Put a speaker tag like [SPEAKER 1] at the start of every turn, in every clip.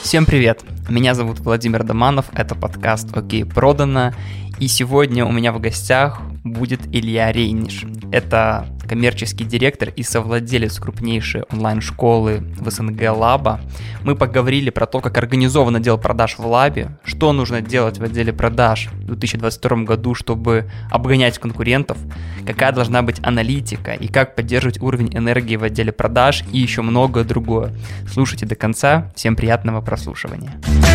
[SPEAKER 1] Всем привет! Меня зовут Владимир Доманов, это подкаст «Окей, продано», и сегодня у меня в гостях будет Илья Рейниш. Это коммерческий директор и совладелец крупнейшей онлайн-школы в СНГ Лаба. Мы поговорили про то, как организован отдел продаж в Лабе, что нужно делать в отделе продаж в 2022 году, чтобы обгонять конкурентов, какая должна быть аналитика и как поддерживать уровень энергии в отделе продаж и еще многое другое. Слушайте до конца, всем приятного прослушивания.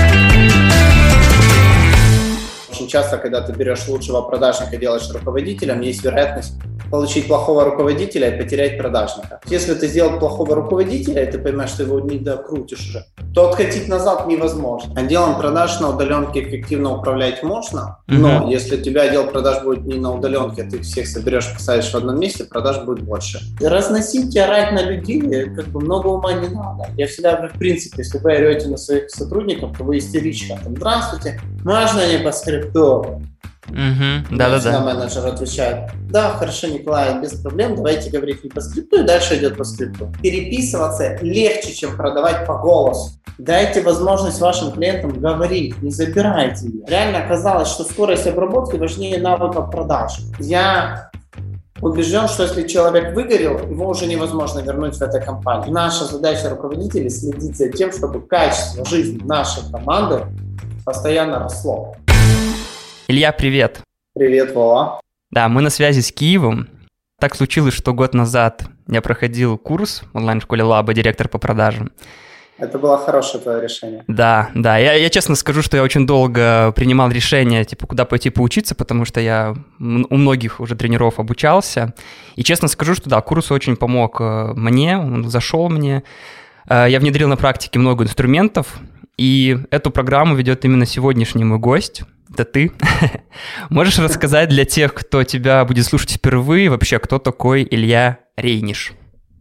[SPEAKER 2] Очень часто, когда ты берешь лучшего продажника и делаешь руководителем, есть вероятность получить плохого руководителя и потерять продажника. Если ты сделал плохого руководителя, и ты понимаешь, что его не докрутишь уже, то откатить назад невозможно. Отделом продаж на удаленке эффективно управлять можно, но если у тебя отдел продаж будет не на удаленке, а ты всех соберешь, посадишь в одном месте, продаж будет больше. Разносить и орать на людей много ума не надо. Я всегда говорю, в принципе, если вы орете на своих сотрудников, то вы истеричка. Здравствуйте, можно не по скрипту?
[SPEAKER 1] Да-да-да.
[SPEAKER 2] Менеджер отвечает: да, хорошо, Николай, без проблем, давайте говорить не по скрипту, и дальше идет по скрипту. Переписываться легче, чем продавать по голосу. Дайте возможность вашим клиентам говорить, не забирайте ее. Реально оказалось, что скорость обработки важнее навыков продаж. Я убежден, что если человек выгорел, его уже невозможно вернуть в этой компании. Наша задача руководителей следить за тем, чтобы качество жизни нашей команды постоянно росло.
[SPEAKER 1] Илья, привет.
[SPEAKER 2] Привет, Вова.
[SPEAKER 1] Да, мы на связи с Киевом. Так случилось, что год назад я проходил курс в онлайн-школе Лаба, директор по продажам.
[SPEAKER 2] Это было хорошее твое решение.
[SPEAKER 1] Да. Я честно скажу, что я очень долго принимал решение, куда пойти поучиться, потому что я у многих уже тренеров обучался. И честно скажу, что да, курс очень помог мне, он зашел мне. Я внедрил на практике много инструментов, и эту программу ведет именно сегодняшний мой гость. Это ты. Можешь рассказать для тех, кто тебя будет слушать впервые, вообще, кто такой Илья Рейниш?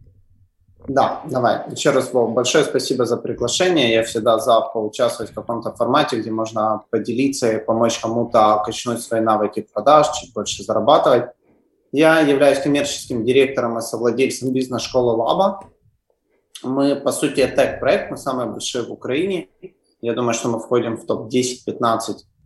[SPEAKER 2] Да, давай. Еще раз, Вов, большое спасибо за приглашение. Я всегда за поучаствовать в каком-то формате, где можно поделиться и помочь кому-то качнуть свои навыки продаж, чуть больше зарабатывать. Я являюсь коммерческим директором и совладельцем бизнес-школы Лаба. Мы, по сути, тег-проект, мы самые большие в Украине. Я думаю, что мы входим в топ-10-15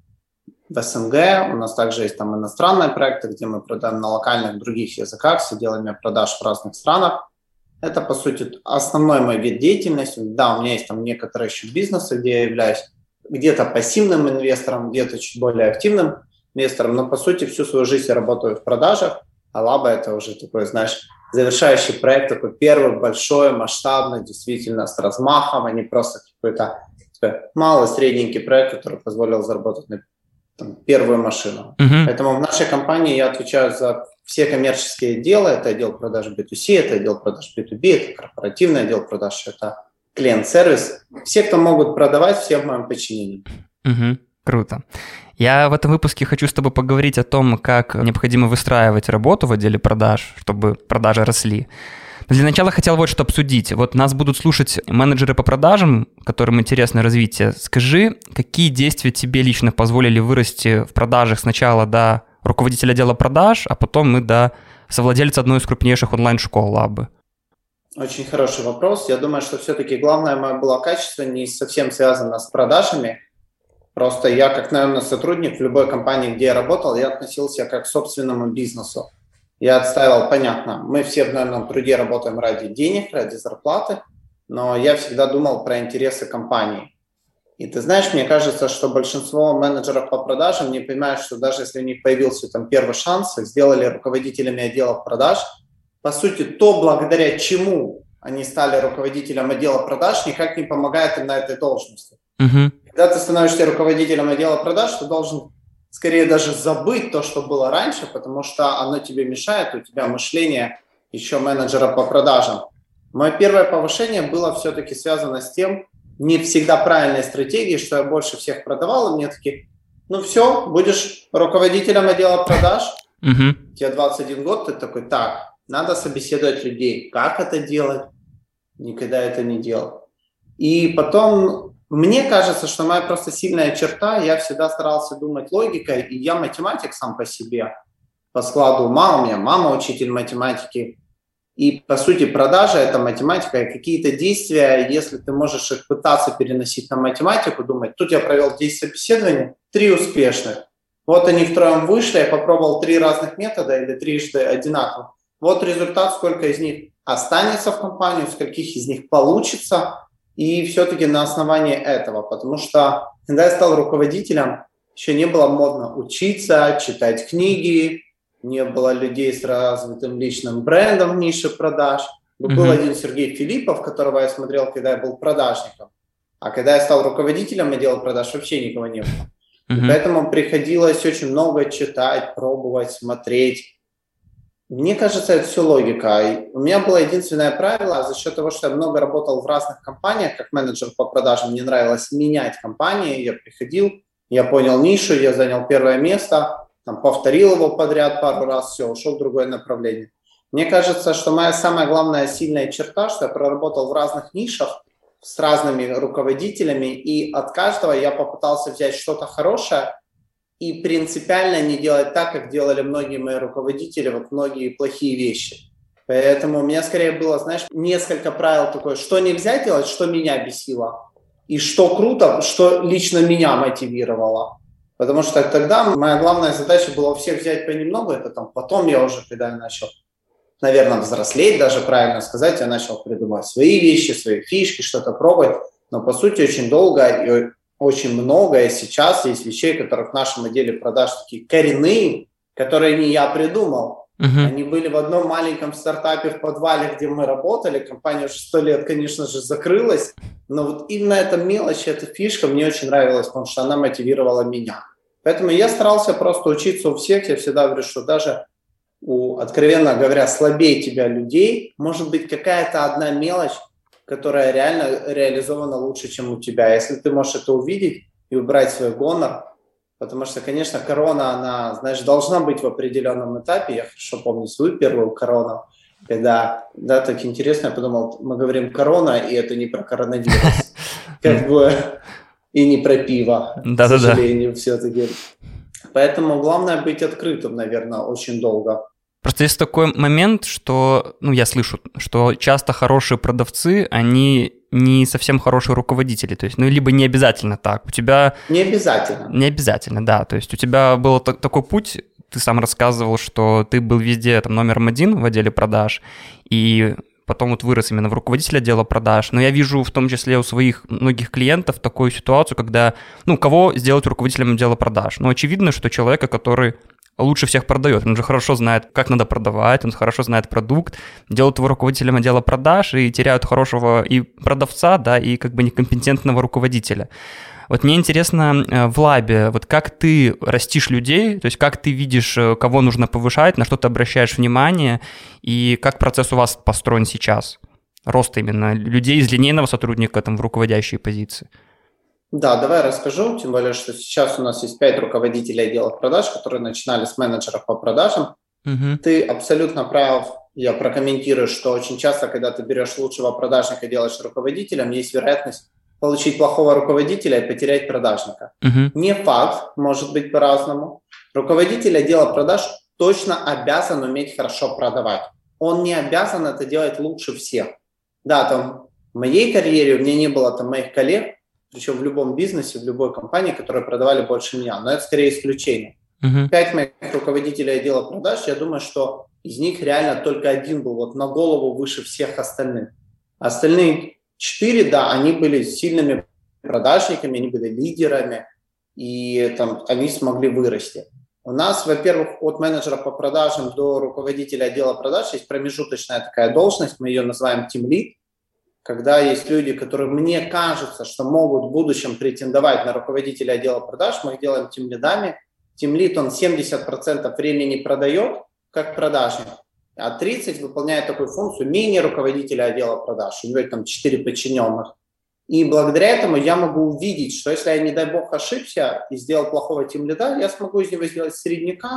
[SPEAKER 2] в СНГ. У нас также есть там иностранные проекты, где мы продаем на локальных других языках с отделами продаж в разных странах. Это, по сути, основной мой вид деятельности. Да, у меня есть там некоторые еще бизнесы, где я являюсь где-то пассивным инвестором, где-то чуть более активным инвестором, но, по сути, всю свою жизнь я работаю в продажах, а Лаба – это уже такой, знаешь, завершающий проект, такой первый, большой, масштабный, действительно с размахом, а не просто какой-то малый, средненький проект, который позволил заработать на первую машину. Поэтому в нашей компании я отвечаю за все коммерческие отделы. Это отдел продаж B2C, это отдел продаж B2B, это корпоративный отдел продаж, это клиент-сервис. Все, кто могут продавать, все в моем подчинении.
[SPEAKER 1] Круто. Я в этом выпуске хочу с тобой поговорить о том, как необходимо выстраивать работу в отделе продаж, чтобы продажи росли. Но для начала хотел вот что обсудить. Вот нас будут слушать менеджеры по продажам, которым интересно развитие. Скажи, какие действия тебе лично позволили вырасти в продажах сначала до руководителя отдела продаж, а потом и до совладельца одной из крупнейших онлайн-школ Лабы?
[SPEAKER 2] Очень хороший вопрос. Я думаю, что все-таки главное мое было качество не совсем связано с продажами. Просто я, как наемный сотрудник в любой компании, где я работал, я относился как к собственному бизнесу. Я отстаивал, понятно, мы все в наемном труде работаем ради денег, ради зарплаты, но я всегда думал про интересы компании. И ты знаешь, мне кажется, что большинство менеджеров по продажам не понимают, что даже если у них появился там первый шанс, их сделали руководителями отделов продаж, по сути, то, благодаря чему они стали руководителем отдела продаж, никак не помогает им на этой должности. Когда ты становишься руководителем отдела продаж, ты должен скорее даже забыть то, что было раньше, потому что оно тебе мешает, у тебя мышление еще менеджера по продажам. Мое первое повышение было все-таки связано с тем, не всегда правильной стратегией, что я больше всех продавал, и мне такие: ну все, будешь руководителем отдела продаж, тебе 21 год, ты такой: так, надо собеседовать людей. Как это делать? Никогда это не делал. И потом... Мне кажется, что моя просто сильная черта, я всегда старался думать логикой, и я математик сам по себе, по складу ума, у меня мама учитель математики, И, по сути, продажа – это математика, и какие-то действия, если ты можешь их пытаться переносить на математику, думать, тут я провел 10 собеседований, 3 успешных. Вот они втроем вышли, я попробовал 3 разных метода или 3 одинаковых. Вот результат, сколько из них останется в компании, скольких из них получится, и все-таки на основании этого. Потому что, когда я стал руководителем, еще не было модно учиться, читать книги, не было людей с развитым личным брендом в нише продаж. Был один Сергей Филиппов, которого я смотрел, когда я был продажником. А когда я стал руководителем отдела продаж, вообще никого не было. И поэтому приходилось очень много читать, пробовать, смотреть. Мне кажется, это все логика. И у меня было единственное правило, за счет того, что я много работал в разных компаниях, как менеджер по продажам, мне нравилось менять компании. Я приходил, я понял нишу, я занял первое место, повторил его подряд пару раз, все, ушел в другое направление. Мне кажется, что моя самая главная сильная черта, что я проработал в разных нишах с разными руководителями, и от каждого я попытался взять что-то хорошее и принципиально не делать так, как делали многие мои руководители, вот многие плохие вещи. Поэтому у меня скорее было, знаешь, несколько правил такое, что нельзя делать, что меня бесило, и что круто, что лично меня мотивировало. Потому что тогда моя главная задача была у всех взять понемногу, это потом я уже, когда я начал, наверное, взрослеть, даже правильно сказать, я начал придумывать свои вещи, свои фишки, что-то пробовать. Но, по сути, очень долго и очень много, и сейчас есть вещей, которые в нашем отделе продаж такие коренные, которые не я придумал. Они были в одном маленьком стартапе в подвале, где мы работали. Компания уже 100 лет, конечно же, закрылась. Но вот именно эта мелочь, эта фишка мне очень нравилась, потому что она мотивировала меня. Поэтому я старался просто учиться у всех. Я всегда говорю, что даже у, откровенно говоря, слабее тебя людей может быть какая-то одна мелочь, которая реально реализована лучше, чем у тебя. Если ты можешь это увидеть и убрать свой гонор, потому что, конечно, корона, она, знаешь, должна быть в определенном этапе. Я хорошо помню свою первую корону, когда, да, так интересно, я подумал, мы говорим корона, и это не про коронавирус, как бы, и не про пиво, к сожалению, все-таки. Поэтому главное быть открытым, наверное, очень долго.
[SPEAKER 1] Просто есть такой момент, что, я слышу, что часто хорошие продавцы, они не совсем хорошие руководители, то есть, либо не обязательно так. У тебя...
[SPEAKER 2] Не обязательно.
[SPEAKER 1] Не обязательно, да. То есть у тебя был такой путь, ты сам рассказывал, что ты был везде номером 1 в отделе продаж, и потом вот вырос именно в руководителя отдела продаж. Но я вижу в том числе у своих многих клиентов такую ситуацию, когда, кого сделать руководителем отдела продаж? Очевидно, что человека, который лучше всех продает. Он же хорошо знает, как надо продавать, он хорошо знает продукт, делают его руководителем отдела продаж и теряют хорошего и продавца, да, и некомпетентного руководителя. Вот мне интересно в лабе, вот как ты растишь людей, то есть как ты видишь, кого нужно повышать, на что ты обращаешь внимание, и как процесс у вас построен сейчас? Рост именно людей из линейного сотрудника в руководящие позиции.
[SPEAKER 2] Да, давай расскажу, тем более, что сейчас у нас есть 5 руководителей отделов продаж, которые начинали с менеджеров по продажам. Ты абсолютно прав, я прокомментирую, что очень часто, когда ты берешь лучшего продажника и делаешь руководителем, есть вероятность получить плохого руководителя и потерять продажника. Не факт, может быть по-разному. Руководитель отдела продаж точно обязан уметь хорошо продавать. Он не обязан это делать лучше всех. Да, в моей карьере у меня не было моих коллег, причем в любом бизнесе, в любой компании, которые продавали больше меня. Но это скорее исключение. 5 моих руководителей отдела продаж, я думаю, что из них реально только один был на голову выше всех остальных. Остальные 4, да, они были сильными продажниками, они были лидерами, и они смогли вырасти. У нас, во-первых, от менеджера по продажам до руководителя отдела продаж есть промежуточная такая должность, мы ее называем Team Lead. Когда есть люди, которые, мне кажется, что могут в будущем претендовать на руководителя отдела продаж, мы их делаем тимлидами. Тимлид, он 70% времени продает, как продажник, а 30% выполняет такую функцию мини-руководителя отдела продаж. У него 4 подчиненных. И благодаря этому я могу увидеть, что если я, не дай бог, ошибся и сделал плохого тимлида, я смогу из него сделать средняка.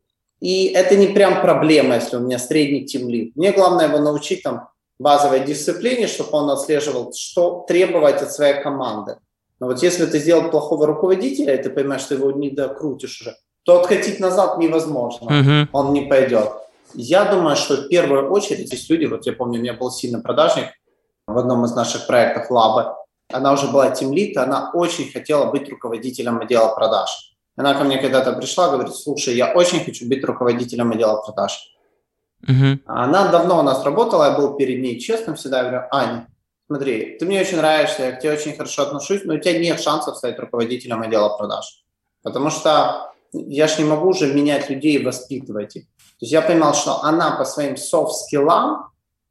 [SPEAKER 2] И это не прям проблема, если у меня средний тимлид. Мне главное его научить базовой дисциплине, чтобы он отслеживал, что требовать от своей команды. Но вот если ты сделал плохого руководителя, и ты понимаешь, что его не докрутишь уже, то откатить назад невозможно, он не пойдет. Я думаю, что в первую очередь здесь люди, вот я помню, у меня был сильный продажник в одном из наших проектов Лабы, она уже была тимлид, она очень хотела быть руководителем отдела продаж. Она ко мне когда-то пришла, говорит, слушай, я очень хочу быть руководителем отдела продаж. Она давно у нас работала, я был перед ней честным всегда, я говорю, Аня, смотри, ты мне очень нравишься, я к тебе очень хорошо отношусь, но у тебя нет шансов стать руководителем отдела продаж. Потому что я же не могу уже менять людей и воспитывать их. То есть я понимал, что она по своим софт-скиллам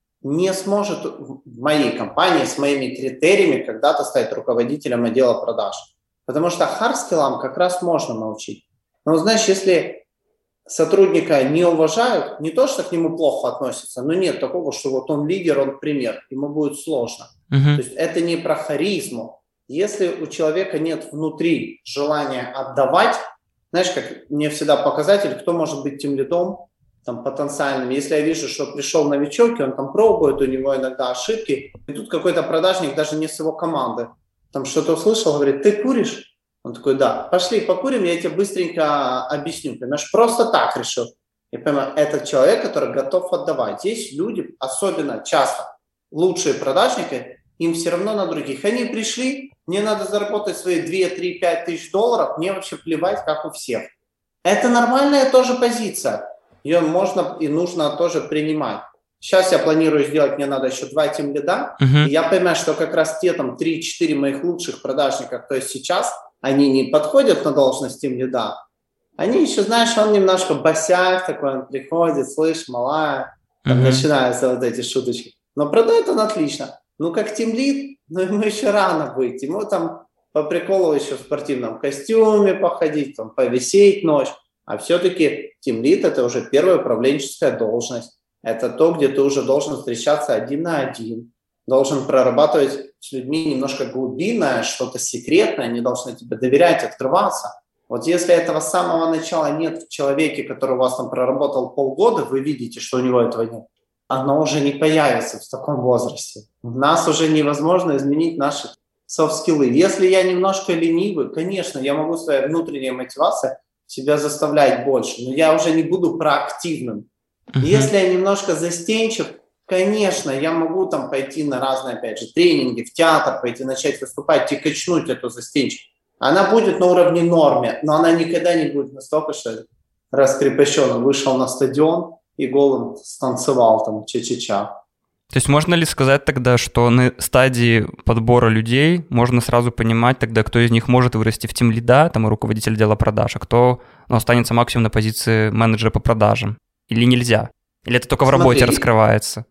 [SPEAKER 2] не сможет в моей компании с моими критериями когда-то стать руководителем отдела продаж. Потому что хард-скиллам как раз можно научить. Но, знаешь, если сотрудника не уважают, не то, что к нему плохо относятся, но нет такого, что вот он лидер, он пример, ему будет сложно. То есть это не про харизму. Если у человека нет внутри желания отдавать, знаешь, как мне всегда показатель, кто может быть тимлидом, там, потенциальным. Если я вижу, что пришел новичок, и он там пробует, у него иногда ошибки, и тут какой-то продажник, даже не с его команды, там что-то услышал, говорит, ты куришь? Он такой, да, пошли покурим, я тебе быстренько объясню. Понимаешь, просто так решил. Я понимаю, это человек, который готов отдавать. Есть люди, особенно часто, лучшие продажники, им все равно на других. Они пришли, мне надо заработать свои 2, 3, 5 тысяч долларов, мне вообще плевать, как у всех. Это нормальная тоже позиция. Ее можно и нужно тоже принимать. Сейчас я планирую сделать, мне надо еще 2 тимлида, и я понимаю, что как раз те там 3-4 моих лучших продажника, то есть сейчас, они не подходят на должность тимлида. Они еще, знаешь, он немножко босяк такой, он приходит, слышь, малая, там начинаются вот эти шуточки. Но продает он отлично. Ну, как тимлид, ну, ему еще рано быть. Ему там по приколу еще в спортивном костюме походить, там, повисеть ночь. А все-таки тимлид – это уже первая управленческая должность. Это то, где ты уже должен встречаться 1 на 1, должен прорабатывать с людьми немножко глубинное, что-то секретное, они должны тебе доверять, открываться. Вот если этого с самого начала нет в человеке, который у вас там проработал полгода, вы видите, что у него этого нет, оно уже не появится в таком возрасте. В нас уже невозможно изменить наши софт-скиллы. Если я немножко ленивый, конечно, я могу своей внутренней мотивацией себя заставлять больше, но я уже не буду проактивным. Если я немножко застенчив, конечно, я могу там пойти на разные, опять же, тренинги, в театр, пойти начать выступать и качнуть эту застенчивость. Она будет на уровне нормы, но она никогда не будет настолько, что раскрепощенно вышел на стадион и голым станцевал там ча-ча-ча.
[SPEAKER 1] То есть можно ли сказать тогда, что на стадии подбора людей можно сразу понимать тогда, кто из них может вырасти в тимлида, там и руководитель отдела продаж, а кто останется максимум на позиции менеджера по продажам? Или нельзя? Или это только в работе раскрывается?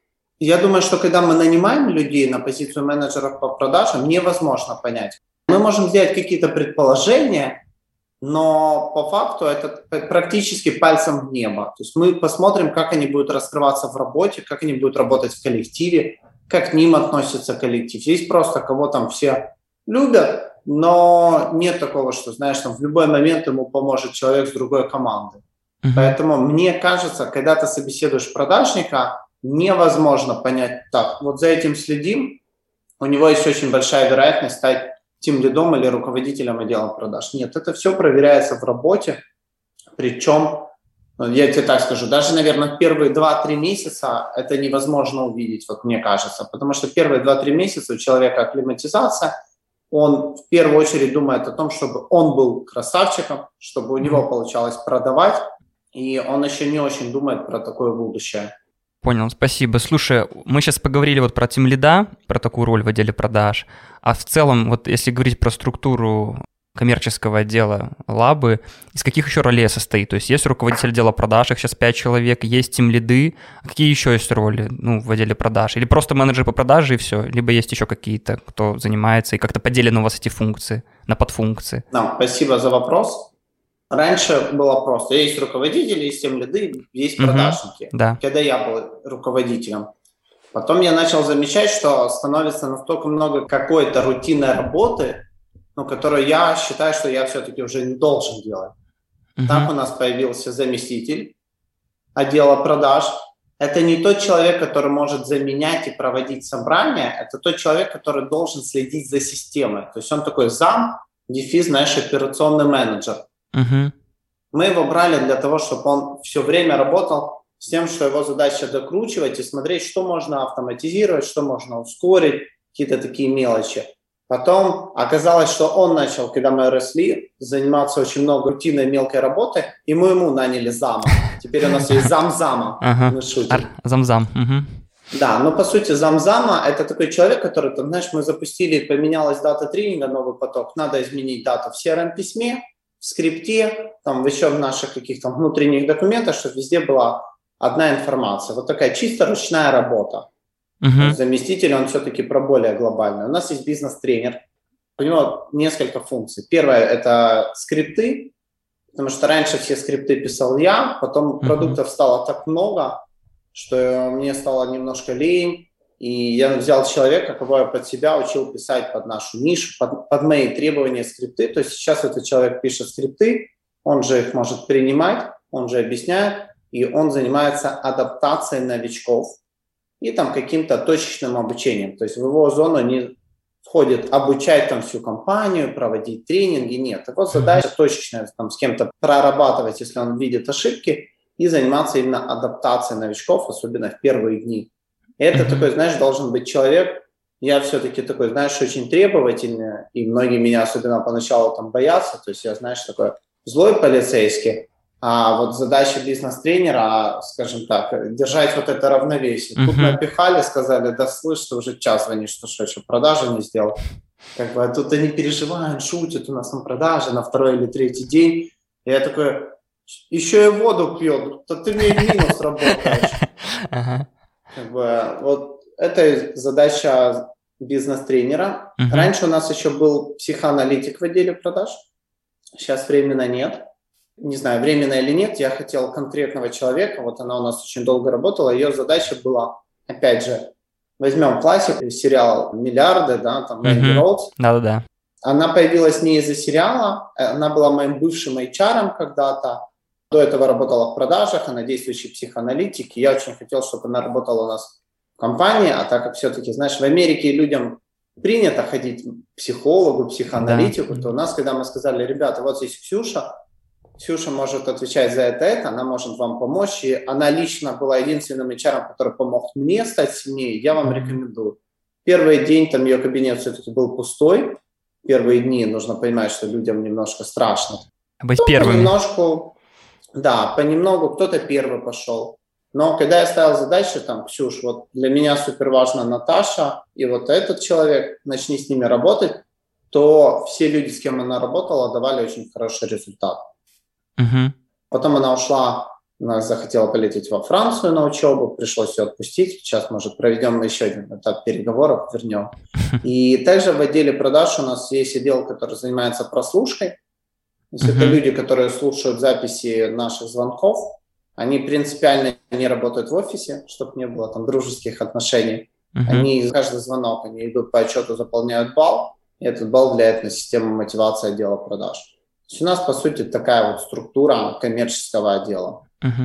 [SPEAKER 2] Я думаю, что когда мы нанимаем людей на позицию менеджеров по продажам, невозможно понять. Мы можем сделать какие-то предположения, но по факту это практически пальцем в небо. То есть мы посмотрим, как они будут раскрываться в работе, как они будут работать в коллективе, как к ним относится коллектив. Есть просто кого там все любят, но нет такого, что, знаешь, там в любой момент ему поможет человек с другой команды. Поэтому мне кажется, когда ты собеседуешь продажника, невозможно понять, так, вот за этим следим, у него есть очень большая вероятность стать тимлидом или руководителем отдела продаж. Нет, это все проверяется в работе, причем, я тебе так скажу, даже, наверное, первые 2-3 месяца это невозможно увидеть, вот мне кажется, потому что первые 2-3 месяца у человека акклиматизация, он в первую очередь думает о том, чтобы он был красавчиком, чтобы у него получалось продавать, и он еще не очень думает про такое будущее.
[SPEAKER 1] Понял, спасибо. Слушай, мы сейчас поговорили вот про тимлида, про такую роль в отделе продаж, а в целом, вот если говорить про структуру коммерческого отдела Лабы, из каких еще ролей состоит? То есть есть руководитель отдела продаж, их сейчас 5 человек, есть тимлиды, а какие еще есть роли в отделе продаж? Или просто менеджер по продаже и все? Либо есть еще какие-то, кто занимается, и как-то поделены у вас эти функции на подфункции?
[SPEAKER 2] Да, спасибо за вопрос. Раньше было просто. Есть руководители, есть тимлиды, есть продажники.
[SPEAKER 1] Да.
[SPEAKER 2] Когда я был руководителем. Потом я начал замечать, что становится настолько много какой-то рутинной работы, которую я считаю, что я все-таки уже не должен делать. Так у нас появился заместитель отдела продаж. Это не тот человек, который может заменять и проводить собрания, это тот человек, который должен следить за системой. То есть он такой зам, операционный менеджер. Мы его брали для того, чтобы он все время работал с тем, что его задача докручивать и смотреть, что можно автоматизировать, что можно ускорить, какие-то такие мелочи. Потом оказалось, что он начал, когда мы росли, заниматься очень много рутинной мелкой работы, и мы ему наняли зама. Теперь у нас есть зам-зама. Мы шутим.
[SPEAKER 1] Зам-зам.
[SPEAKER 2] Да, но по сути зам-зама – это такой человек, который, там, знаешь, мы запустили, поменялась дата тренинга, новый поток, надо изменить дату в CRM-письме, в скрипте, там еще в наших каких-то внутренних документах, чтобы везде была одна информация. Вот такая чисто ручная работа. Заместитель, он все-таки про более глобальное. У нас есть бизнес-тренер, у него несколько функций. Первое – это скрипты, потому что раньше все скрипты писал я, потом продуктов стало так много, что мне стало немножко лень, и я взял человека, кого я под себя учил писать под нашу нишу, под мои требования скрипты. То есть сейчас этот человек пишет скрипты, он же их может принимать, он же объясняет, и он занимается адаптацией новичков и там каким-то точечным обучением. То есть в его зону не входит обучать там всю компанию, проводить тренинги, нет. Его задача точечная, там, с кем-то прорабатывать, если он видит ошибки, и заниматься именно адаптацией новичков, особенно в первые дни. И это такой, знаешь, должен быть человек, я все-таки такой, знаешь, очень требовательный, и многие меня особенно поначалу там боятся, то есть я, знаешь, такой злой полицейский, а вот задача бизнес-тренера, скажем так, держать вот это равновесие. Тут напихали, сказали, да слышь, ты уже час звонишь, что еще продажи не сделал. Как бы, а тут они переживают, шутят, у нас там продажи на второй или третий день. И я такой, еще и воду пьет, то ты мне минус работаешь. Как бы, вот это задача бизнес-тренера. Раньше у нас еще был психоаналитик в отделе продаж, сейчас временно нет. Не знаю, временно или нет, я хотел конкретного человека, вот она у нас очень долго работала, ее задача была, опять же, возьмем классику, сериал «Миллиарды», да, там, Энди Роудс.
[SPEAKER 1] Да-да-да.
[SPEAKER 2] Она появилась не из-за сериала, она была моим бывшим HR когда-то, до этого работала в продажах, она действующий психоаналитик, и я очень хотел, чтобы она работала у нас в компании, а так как все-таки, знаешь, в Америке людям принято ходить к психологу, психоаналитику, то у нас, когда мы сказали, ребята, вот здесь Ксюша может отвечать за это, она может вам помочь, и она лично была единственным HR, который помог мне стать сильнее, я вам рекомендую. Первый день там ее кабинет все-таки был пустой, первые дни нужно понимать, что людям немножко страшно.
[SPEAKER 1] Быть первыми.
[SPEAKER 2] Понемногу кто-то первый пошел. Но когда я ставил задачу, там, Ксюш, вот для меня супер важна Наташа и вот этот человек, начни с ними работать, то все люди, с кем она работала, давали очень хороший результат. Потом она ушла, она захотела полететь во Францию на учебу, пришлось ее отпустить. Сейчас, может, проведем еще один этап переговоров, вернем. И также в отделе продаж у нас есть отдел, который занимается прослушкой. То есть это люди, которые слушают записи наших звонков. Они принципиально не работают в офисе, чтобы не было там дружеских отношений. Они каждый звонок, они идут по отчету, заполняют балл, и этот балл влияет на систему мотивации отдела продаж. То есть у нас, по сути, такая вот структура коммерческого отдела.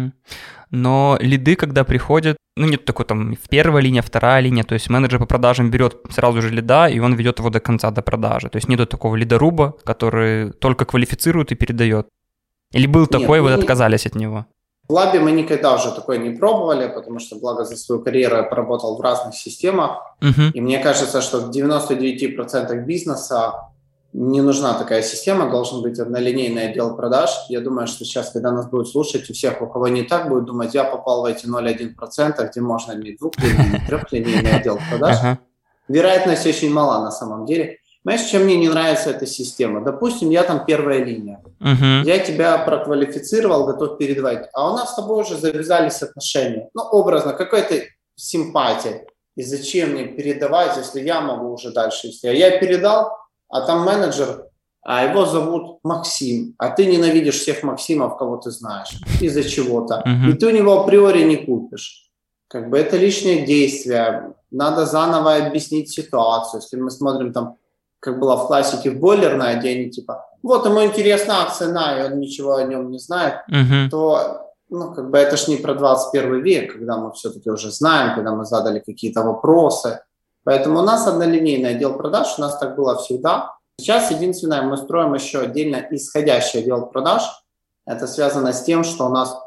[SPEAKER 1] Но лиды, когда приходят, нет такой там первая линия, вторая линия, то есть менеджер по продажам берет сразу же лида, и он ведет его до конца, до продажи. То есть нету такого лидоруба, который только квалифицирует и передает. Или был такой, вы отказались от него?
[SPEAKER 2] В Лабе мы никогда уже такое не пробовали, потому что, благо, за свою карьеру я поработал в разных системах. И мне кажется, что в 99% бизнеса не нужна такая система, должен быть однолинейный отдел продаж. Я думаю, что сейчас, когда нас будут слушать, у всех, у кого не так, будет думать, я попал в эти 0,1%, где можно иметь двухлинейный, трехлинейный отдел продаж. Вероятность очень мала на самом деле. Знаешь, чем мне не нравится эта система? Допустим, я там первая линия. Я тебя проквалифицировал, готов передавать. А у нас с тобой уже завязались отношения. Ну, образно, какая-то симпатия. И зачем мне передавать, если я могу уже дальше? Если я передал, а там менеджер, а его зовут Максим, а ты ненавидишь всех Максимов, кого ты знаешь, из-за чего-то. И ты у него априори не купишь. Как бы это лишнее действие. Надо заново объяснить ситуацию. Если мы смотрим там, как было в классике в бойлерной, где они типа, вот ему интересна цена, и он ничего о нем не знает, то, ну, как бы это ж не про 21 век, когда мы все-таки уже знаем, когда мы задали какие-то вопросы. Поэтому у нас однолинейный отдел продаж, у нас так было всегда. Сейчас единственное, мы строим еще отдельно исходящий отдел продаж. Это связано с тем, что у нас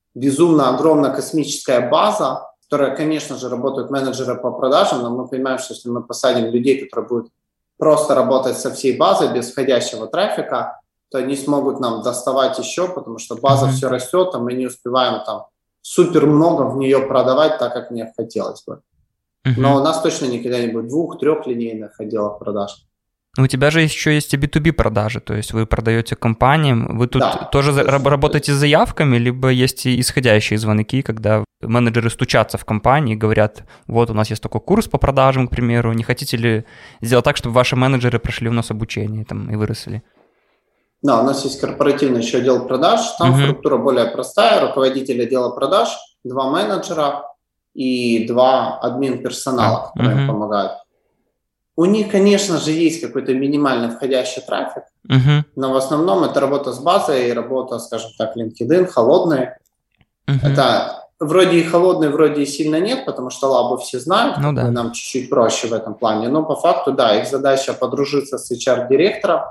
[SPEAKER 2] безумно огромная космическая база, в которой, конечно же, работают менеджеры по продажам, но мы понимаем, что если мы посадим людей, которые будут просто работать со всей базой без входящего трафика, то они смогут нам доставать еще, потому что база все растет, а мы не успеваем там супер много в нее продавать так, как мне хотелось бы. Но у нас точно никогда не будет 2-3 линейных отделов продаж.
[SPEAKER 1] У тебя же еще есть и B2B продажи, то есть вы продаете компаниям. Вы тут тоже работаете с заявками, либо есть и исходящие звонки, когда менеджеры стучатся в компании и говорят, вот у нас есть такой курс по продажам, к примеру, не хотите ли сделать так, чтобы ваши менеджеры прошли у нас обучение там, и выросли?
[SPEAKER 2] Да, у нас есть корпоративный еще отдел продаж, там структура более простая, руководитель отдела продаж, 2 менеджера и 2 админ персонала, которые им помогают. У них, конечно же, есть какой-то минимальный входящий трафик, но в основном это работа с базой и работа, скажем так, LinkedIn, холодные. Это вроде и холодные, вроде и сильно нет, потому что лабы все знают, нам чуть-чуть проще в этом плане. Но по факту, да, их задача подружиться с HR-директором,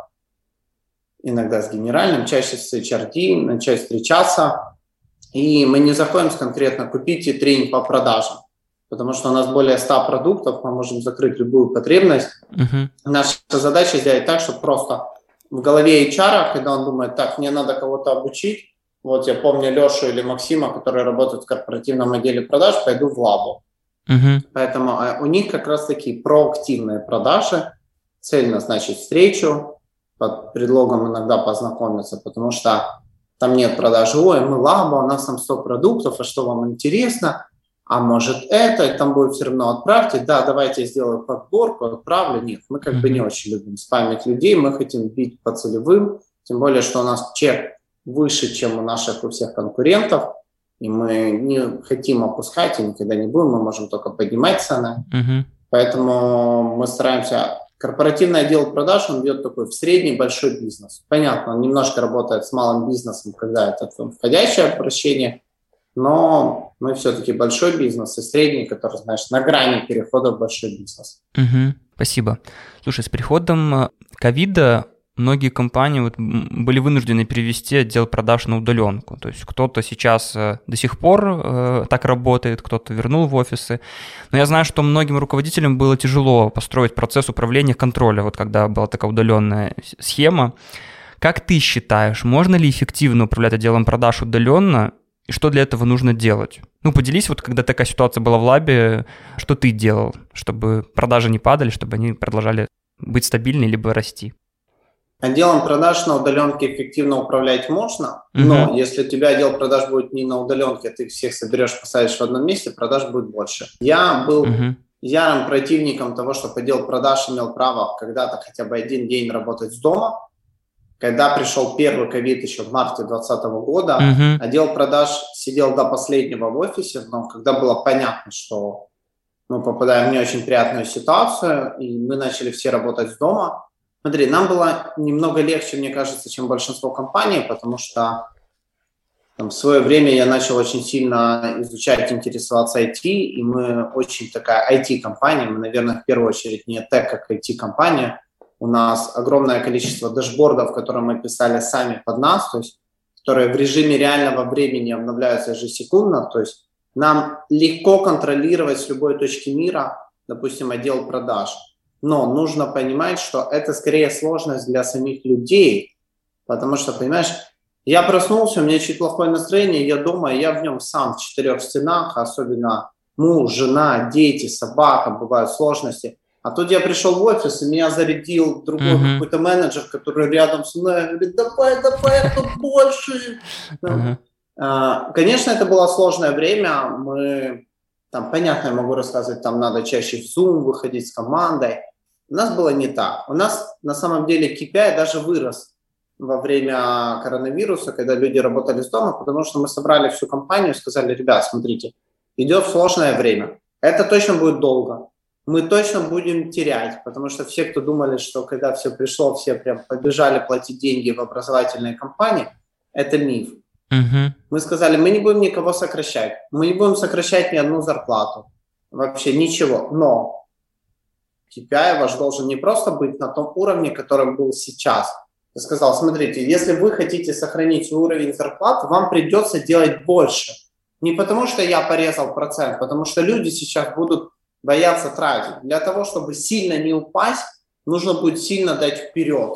[SPEAKER 2] иногда с генеральным, чаще с HRD, начать встречаться. И мы не заходим конкретно «купите тренинг по продажам», потому что у нас более 100 продуктов, мы можем закрыть любую потребность. Наша задача сделать так, чтобы просто в голове HR, когда он думает, так, мне надо кого-то обучить, вот я помню Лешу или Максима, которые работают в корпоративном отделе продаж, пойду в лабу. Поэтому у них как раз такие проактивные продажи, цель назначить встречу, под предлогом иногда познакомиться, потому что там нет продажи, ой, мы лаба, у нас там 100 продуктов, а что вам интересно? А может это, там будет все равно отправьте, да, давайте я сделаю подборку, отправлю. Нет, мы как бы не очень любим спамить людей, мы хотим бить по целевым, тем более, что у нас чек выше, чем у наших у всех конкурентов, и мы не хотим опускать и никогда не будем, мы можем только поднимать цены. Поэтому мы стараемся... Корпоративный отдел продаж, он ведет такой в средний большой бизнес. Понятно, он немножко работает с малым бизнесом, когда это входящее обращение, но мы все-таки большой бизнес и средний, который, знаешь, на грани перехода в большой бизнес.
[SPEAKER 1] Спасибо. Слушай, с приходом ковида многие компании были вынуждены перевести отдел продаж на удаленку. То есть кто-то сейчас до сих пор так работает, кто-то вернул в офисы. Но я знаю, что многим руководителям было тяжело построить процесс управления контроля, вот когда была такая удаленная схема. Как ты считаешь, можно ли эффективно управлять отделом продаж удаленно, и что для этого нужно делать? Ну, поделись, вот когда такая ситуация была в лабе, что ты делал, чтобы продажи не падали, чтобы они продолжали быть стабильны либо расти?
[SPEAKER 2] Отделом продаж на удаленке эффективно управлять можно, но если у тебя отдел продаж будет не на удаленке, а ты их всех соберешь, посадишь в одном месте, продаж будет больше. Я был ярым противником того, чтобы отдел продаж имел право когда-то хотя бы 1 день работать с дома. Когда пришел первый ковид еще в марте 2020 года, отдел продаж сидел до последнего в офисе, но когда было понятно, что мы попадаем в не очень приятную ситуацию, и мы начали все работать с дома. Смотри, нам было немного легче, мне кажется, чем большинство компаний, потому что в свое время я начал очень сильно изучать, интересоваться IT, и мы очень такая IT-компания, мы, наверное, в первую очередь не тег, как IT-компания. У нас огромное количество дашбордов, которые мы писали сами под нас, то есть, которые в режиме реального времени обновляются ежесекундно, то есть нам легко контролировать с любой точки мира, допустим, отдел продаж. Но нужно понимать, что это скорее сложность для самих людей, потому что, понимаешь, я проснулся, у меня чуть плохое настроение, я дома, я в нем сам в 4 стенах, особенно муж, жена, дети, собака, бывают сложности. А тут я пришел в офис, и меня зарядил другой какой-то менеджер, который рядом со мной говорит, давай, тут больше. Конечно, это было сложное время, мы... Там, понятно, я могу рассказывать, там надо чаще в Zoom выходить с командой. У нас было не так. У нас на самом деле KPI даже вырос во время коронавируса, когда люди работали с дома, потому что мы собрали всю компанию и сказали, ребят, смотрите, идет сложное время. Это точно будет долго. Мы точно будем терять, потому что все, кто думали, что когда все пришло, все прям побежали платить деньги в образовательные компании, это миф. Мы сказали, мы не будем никого сокращать, мы не будем сокращать ни одну зарплату, вообще ничего, но KPI ваш должен не просто быть на том уровне, которым был сейчас. Я сказал, смотрите, если вы хотите сохранить уровень зарплат, вам придется делать больше. Не потому, что я порезал процент, потому что люди сейчас будут бояться тратить. Для того, чтобы сильно не упасть, нужно будет сильно дать вперед.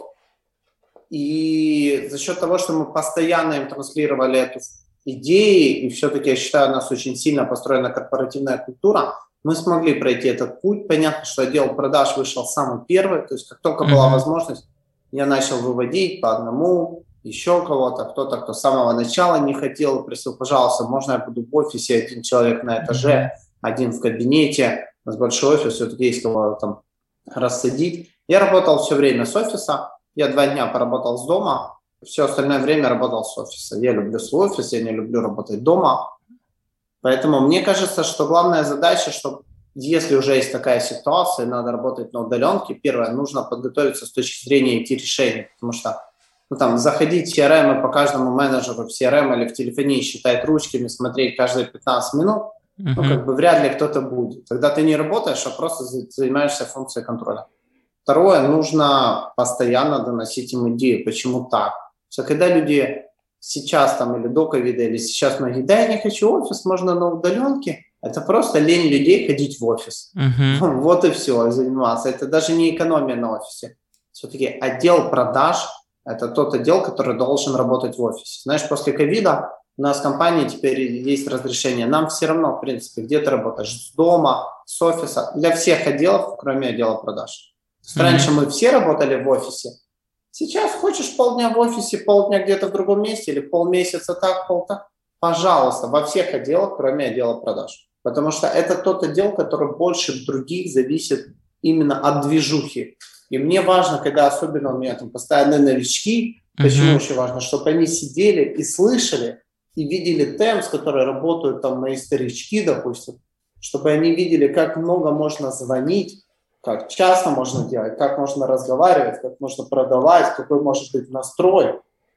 [SPEAKER 2] И за счет того, что мы постоянно им транслировали эту идею, и все-таки, я считаю, у нас очень сильно построена корпоративная культура, мы смогли пройти этот путь. Понятно, что отдел продаж вышел самый первый, то есть как только была возможность, я начал выводить по одному, еще кого-то, кто-то, кто с самого начала не хотел, просил, пожалуйста, можно я буду в офисе, один человек на этаже, один в кабинете, у нас большой офис, все-таки есть кого там рассадить. Я работал все время с офиса, я 2 дня поработал с дома, все остальное время работал с офиса. Я люблю свой офис, я не люблю работать дома. Поэтому мне кажется, что главная задача, что если уже есть такая ситуация, надо работать на удаленке, первое, нужно подготовиться с точки зрения IT-решений, потому что там, заходить в CRM и по каждому менеджеру в CRM или в телефонии считать ручками, смотреть каждые 15 минут, как бы вряд ли кто-то будет. Тогда ты не работаешь, а просто занимаешься функцией контроля. Второе, нужно постоянно доносить им идею, почему так. Что когда люди сейчас там или до ковида, или сейчас многие, да, я не хочу офис, можно на удаленке, это просто лень людей ходить в офис. Вот и все, заниматься. Это даже не экономия на офисе. Все-таки отдел продаж – это тот отдел, который должен работать в офисе. Знаешь, после ковида у нас в компании теперь есть разрешение. Нам все равно, в принципе, где ты работаешь, с дома, с офиса, для всех отделов, кроме отдела продаж. Раньше мы все работали в офисе. Сейчас хочешь полдня в офисе, полдня где-то в другом месте или полмесяца так, полтак, пожалуйста, во всех отделах, кроме отдела продаж. Потому что это тот отдел, который больше других зависит именно от движухи. И мне важно, когда особенно у меня там постоянные новички, почему очень важно, чтобы они сидели и слышали, и видели темп, с которой работают там мои старички, допустим, чтобы они видели, как много можно звонить, как часто можно делать, как можно разговаривать, как можно продавать, какой может быть настрой.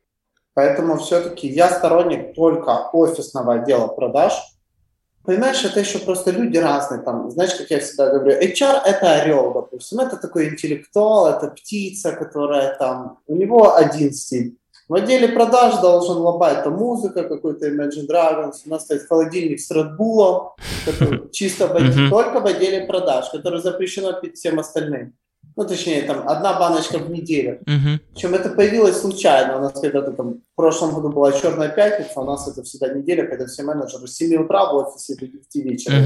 [SPEAKER 2] Поэтому все-таки я сторонник только офисного отдела продаж. Понимаешь, это еще просто люди разные. Там, знаешь, как я всегда говорю, HR – это орел, допустим. Это такой интеллектуал, это птица, которая там… У него один стиль. В отделе продаж должен лобать там музыка, какой-то Imagine Dragons. У нас стоит холодильник с Red Bull, который чисто только в отделе продаж, который запрещено пить всем остальным. Ну, точнее, там, 1 баночка в неделю. Причем это появилось случайно. У нас когда-то там в прошлом году была черная пятница, у нас это всегда неделя, когда все менеджеры с 7 утра в офисе до 9 вечера.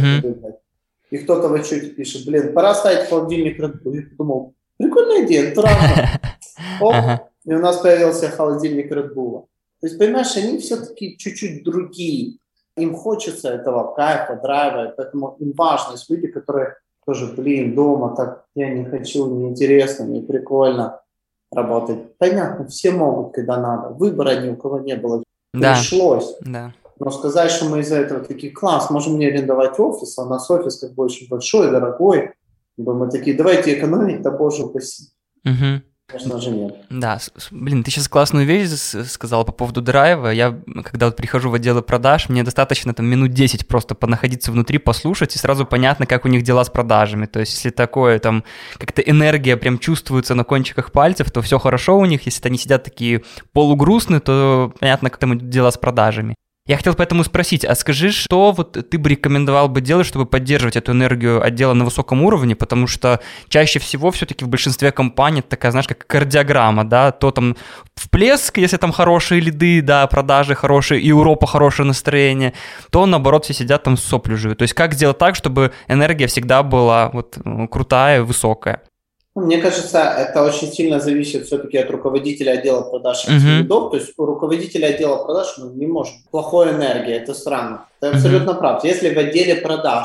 [SPEAKER 2] И кто-то в отчете пишет, блин, пора ставить холодильник Red Bull. Я подумал, прикольная идея, натурально. И у нас появился холодильник Red Bull. То есть, понимаешь, они все-таки чуть-чуть другие. Им хочется этого кайфа, драйва, поэтому им важно. Есть люди, которые тоже, блин, дома так я не хочу, неинтересно, не прикольно работать. Понятно, все могут, когда надо. Выбора ни у кого не было. Пришлось.
[SPEAKER 1] Да.
[SPEAKER 2] Но сказать, что мы из-за этого такие, класс, можем не арендовать офис, а у нас офис как бы очень большой, дорогой. Мы такие, давайте экономить, да боже упаси. Конечно же, нет.
[SPEAKER 1] Да, блин, ты сейчас классную вещь сказал по поводу драйва. Я, когда вот прихожу в отделы продаж, мне достаточно там минут 10 просто понаходиться внутри, послушать, и сразу понятно, как у них дела с продажами. То есть, если такое, там, как-то энергия прям чувствуется на кончиках пальцев, то все хорошо у них. Если они сидят такие полугрустные, то понятно, как там идут дела с продажами. Я хотел поэтому спросить, а скажи, что вот ты бы рекомендовал бы делать, чтобы поддерживать эту энергию отдела на высоком уровне, потому что чаще всего все-таки в большинстве компаний такая, знаешь, как кардиограмма, да, то там всплеск, если там хорошие лиды, да, продажи хорошие, и у ропа хорошее настроение, то наоборот все сидят там соплю жуют. То есть как сделать так, чтобы энергия всегда была вот крутая, высокая?
[SPEAKER 2] Мне кажется, это очень сильно зависит все-таки от руководителя отдела продаж и лидов. То есть у руководителя отдела продаж не может быть плохой энергии, это странно. Ты абсолютно прав. Если в отделе продаж,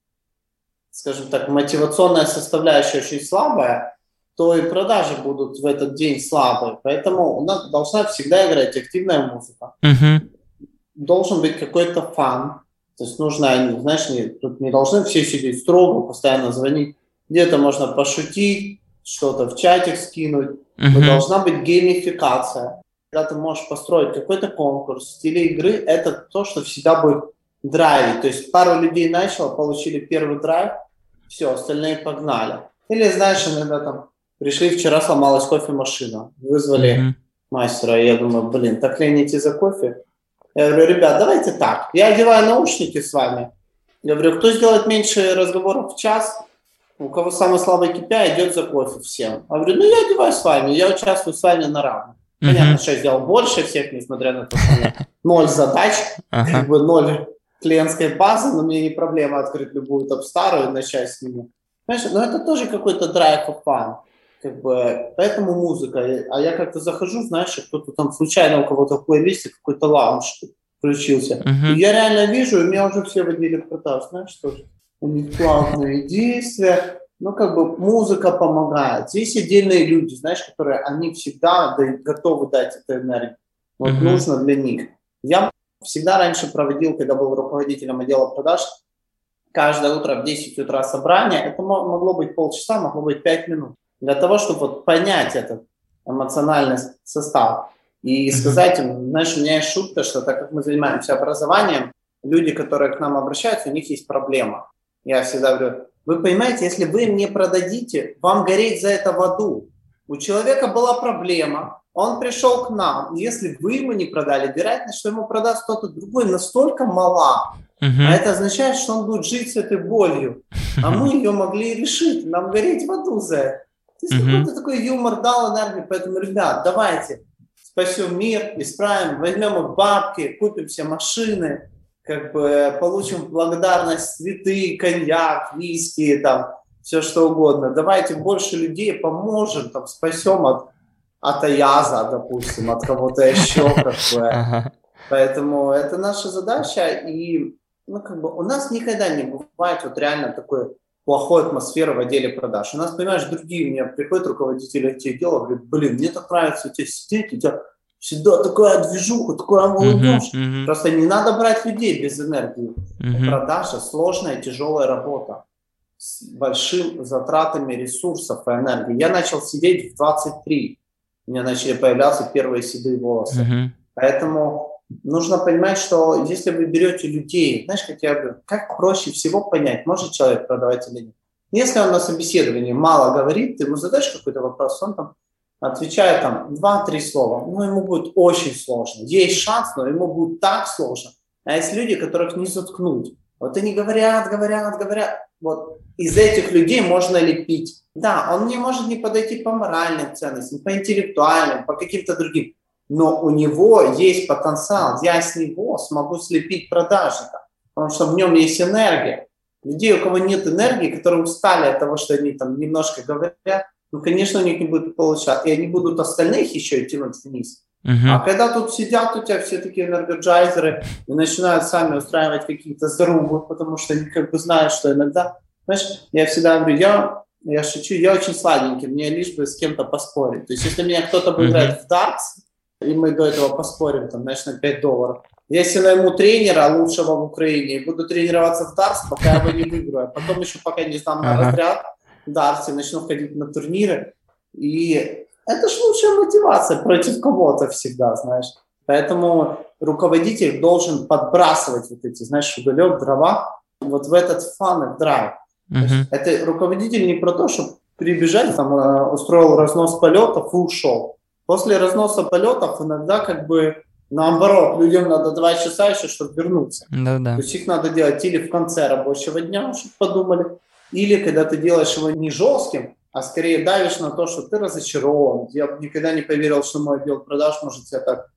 [SPEAKER 2] скажем так, мотивационная составляющая очень слабая, то и продажи будут в этот день слабые. Поэтому у нас должна всегда играть активная музыка. Должен быть какой-то фан. То есть нужно, знаешь, тут не должны все сидеть строго, постоянно звонить. Где-то можно пошутить, что-то в чатик скинуть. Но должна быть геймификация. Когда ты можешь построить какой-то конкурс в стиле игры, это то, что всегда будет драйвить. То есть пару людей начало, получили первый драйв, все, остальные погнали. Или, знаешь, иногда там пришли, вчера сломалась кофемашина, вызвали мастера. И я думаю, блин, так лень идти за кофе. Я говорю, ребят, давайте так. Я одеваю наушники с вами. Я говорю, кто сделает меньше разговоров в час, у кого самый слабый KPI, идет за кофе всем. Я говорю, ну я одеваю с вами, я участвую с вами на равных. Понятно, что я сделал больше всех, несмотря на то, что у меня 0 задач, как бы 0 клиентской базы, но мне не проблема открыть любую топ-старую и начать с ними. Понимаешь, но это тоже какой-то drive of fun. Как бы, поэтому музыка. А я как-то захожу, знаешь, кто-то там случайно у кого-то в плейлисте какой-то лаунж включился. И я реально вижу, и меня уже все водили в продаж. Знаешь, что у них плавные действия. Ну, как бы музыка помогает. Есть отдельные люди, знаешь, которые, они всегда готовы дать эту энергию. Вот нужно для них. Я всегда раньше проводил, когда был руководителем отдела продаж, каждое утро в 10 утра собрание. Это могло быть полчаса, могло быть 5 минут. Для того, чтобы вот понять этот эмоциональный состав. И сказать им, знаешь, у меня есть шутка, что так как мы занимаемся образованием, люди, которые к нам обращаются, у них есть проблема. Я всегда говорю, вы понимаете, если вы им не продадите, вам гореть за это в аду. У человека была проблема, он пришел к нам, если вы ему не продали, вероятность, что ему продаст кто-то другой, настолько мала. А это означает, что он будет жить с этой болью. А мы ее могли решить, нам гореть в аду за это. То есть какой-то такой юмор дал энергию, поэтому, ребят, давайте спасем мир, исправим, возьмем их бабки, купим все машины, как бы получим благодарность, цветы, коньяк, виски, там, все что угодно. Давайте больше людей поможем, там, спасем от Аяза, допустим, от кого-то еще, как бы. Поэтому это наша задача, и ну, как бы у нас никогда не бывает вот реально такой плохой атмосферы в отделе продаж. У нас, понимаешь, другие, у меня приходят руководители отдела, говорят, блин, мне так нравится у тебя сидеть, у тебя всегда такая движуха, такая молодежь. Просто не надо брать людей без энергии. Продажа – сложная, тяжелая работа с большими затратами ресурсов и энергии. Я начал сидеть в 23, у меня начали появляться первые седые волосы. Поэтому нужно понимать, что если вы берете людей, знаешь, как я говорю, как проще всего понять, может человек продавать или нет. Если он на собеседовании мало говорит, ты ему задаешь какой-то вопрос, он там отвечает там 2-3 слова, ну ему будет очень сложно. Есть шанс, но ему будет так сложно. А есть люди, которых не заткнуть. Вот они говорят, вот из этих людей можно лепить. Да, он не может не подойти по моральным ценностям, по интеллектуальным, по каким-то другим. Но у него есть потенциал. Я с него смогу слепить продажника, потому что в нем есть энергия. Людей, у кого нет энергии, которые устали от того, что они там немножко говорят, ну, конечно, у них не будет получаться. И они будут остальных еще и тянуть вниз. А когда тут сидят у тебя все такие энерджайзеры и начинают сами устраивать какие-то зарубы, потому что они как бы знают, что иногда... Знаешь, я всегда говорю, я шучу, я очень сладенький, мне лишь бы с кем-то поспорить. То есть если меня кто-то будет играть в дартс, и мы до этого поспорим, там, знаешь, на $5. Если найму тренера лучшего в Украине и буду тренироваться в дартс, пока я его не выиграю, а потом еще пока не сдам на разряд в дартсе, начну ходить на турниры. И это ж лучшая мотивация против кого-то всегда, знаешь. Поэтому руководитель должен подбрасывать вот эти, знаешь, уголек, дрова, вот в этот фан и драйв. Это руководитель не про то, чтобы прибежать, там, устроил разнос полетов и ушел. После разноса полетов иногда как бы наоборот, людям надо 2 часа еще, чтобы вернуться. То есть их надо делать или в конце рабочего дня, чтобы подумали, или когда ты делаешь его не жестким, а скорее давишь на то, что ты разочарован. Я никогда не поверил, что мой отдел продаж может себя так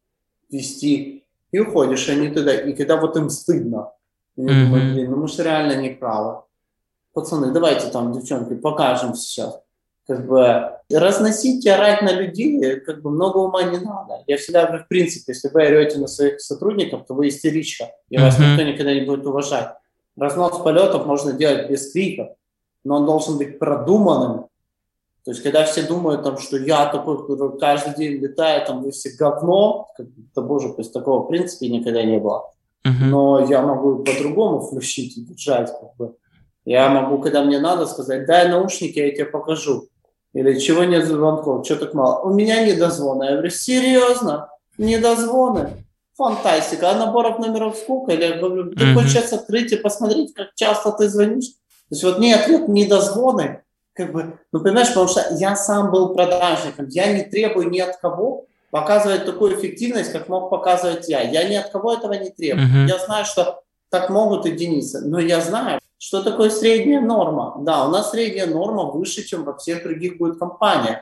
[SPEAKER 2] вести. И уходишь, они туда. И когда вот им стыдно. И я думаю, блин, ну мы же реально не правы. Пацаны, давайте там, девчонки, покажем сейчас. Как бы разносить и орать на людей, как бы много ума не надо. Я всегда говорю, в принципе, если вы орете на своих сотрудников, то вы истеричка, и вас никто никогда не будет уважать. Разнос полетов можно делать без криков, но он должен быть продуманным. То есть, когда все думают, там, что я такой, который каждый день летает, там, вы все говно, как бы, да боже, то есть такого в принципе никогда не было. Но я могу по-другому флющить и держать, как бы. Я могу, когда мне надо, сказать, дай наушники, я тебе покажу. Или чего нет звонков, что так мало? У меня недозвоны. Я говорю, серьезно? Недозвоны? Фантастика. А наборов номеров сколько? Или я говорю, ты хочешь сейчас открыть и посмотреть, как часто ты звонишь? То есть вот мне ответ недозвоны. Как бы, ну, понимаешь, потому что я сам был продажником. Я не требую ни от кого показывать такую эффективность, как мог показывать я. Я ни от кого этого не требую. Я знаю, что так могут единицы, но я знаю, что такое средняя норма. Да, у нас средняя норма выше, чем во всех других будет компаниях.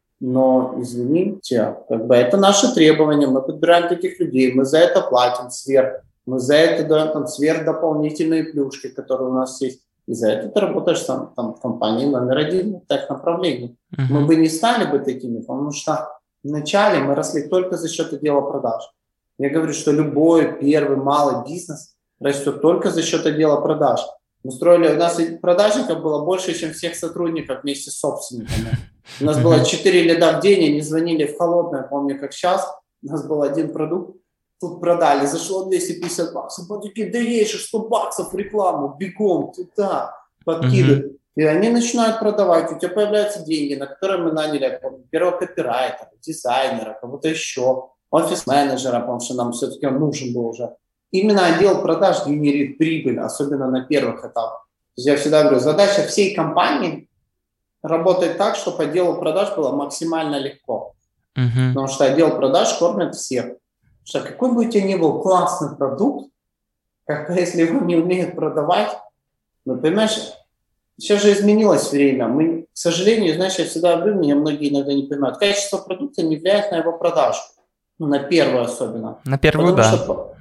[SPEAKER 2] Но, извините, это наши требования, мы подбираем таких людей, мы за это платим сверх, мы за это даем там сверх дополнительные плюшки, которые у нас есть. И за это ты работаешь там в компании номер 1 в тех направлениях. Мы бы не стали бы такими, потому что вначале мы росли только за счет отдела продаж. Я говорю, что любой первый малый бизнес растет только за счет отдела продаж. Мы строили, у нас продажников было больше, чем всех сотрудников вместе с собственниками. У нас было 4 лида в день, они звонили в холодное, помню, как сейчас. У нас был один продукт, тут продали, зашло $250. Мы такие, да есть же $100 в рекламу, бегом туда, подкидывай. И они начинают продавать, у тебя появляются деньги, на которые мы наняли первого копирайтера, дизайнера, кого-то еще, офис-менеджера, потому что нам все-таки он нужен был уже. Именно отдел продаж генерит прибыль, особенно на первых этапах. То есть я всегда говорю, задача всей компании работать так, чтобы отделу продаж было максимально легко. Потому что отдел продаж кормит всех. Потому что какой бы у тебя ни был классный продукт, если его не умеют продавать, ну, понимаешь, сейчас же изменилось время. Мы, к сожалению, знаешь, я всегда говорю, меня многие иногда не понимают, качество продукта не влияет на его продажу. Ну, на первую особенно.
[SPEAKER 1] На первую, да.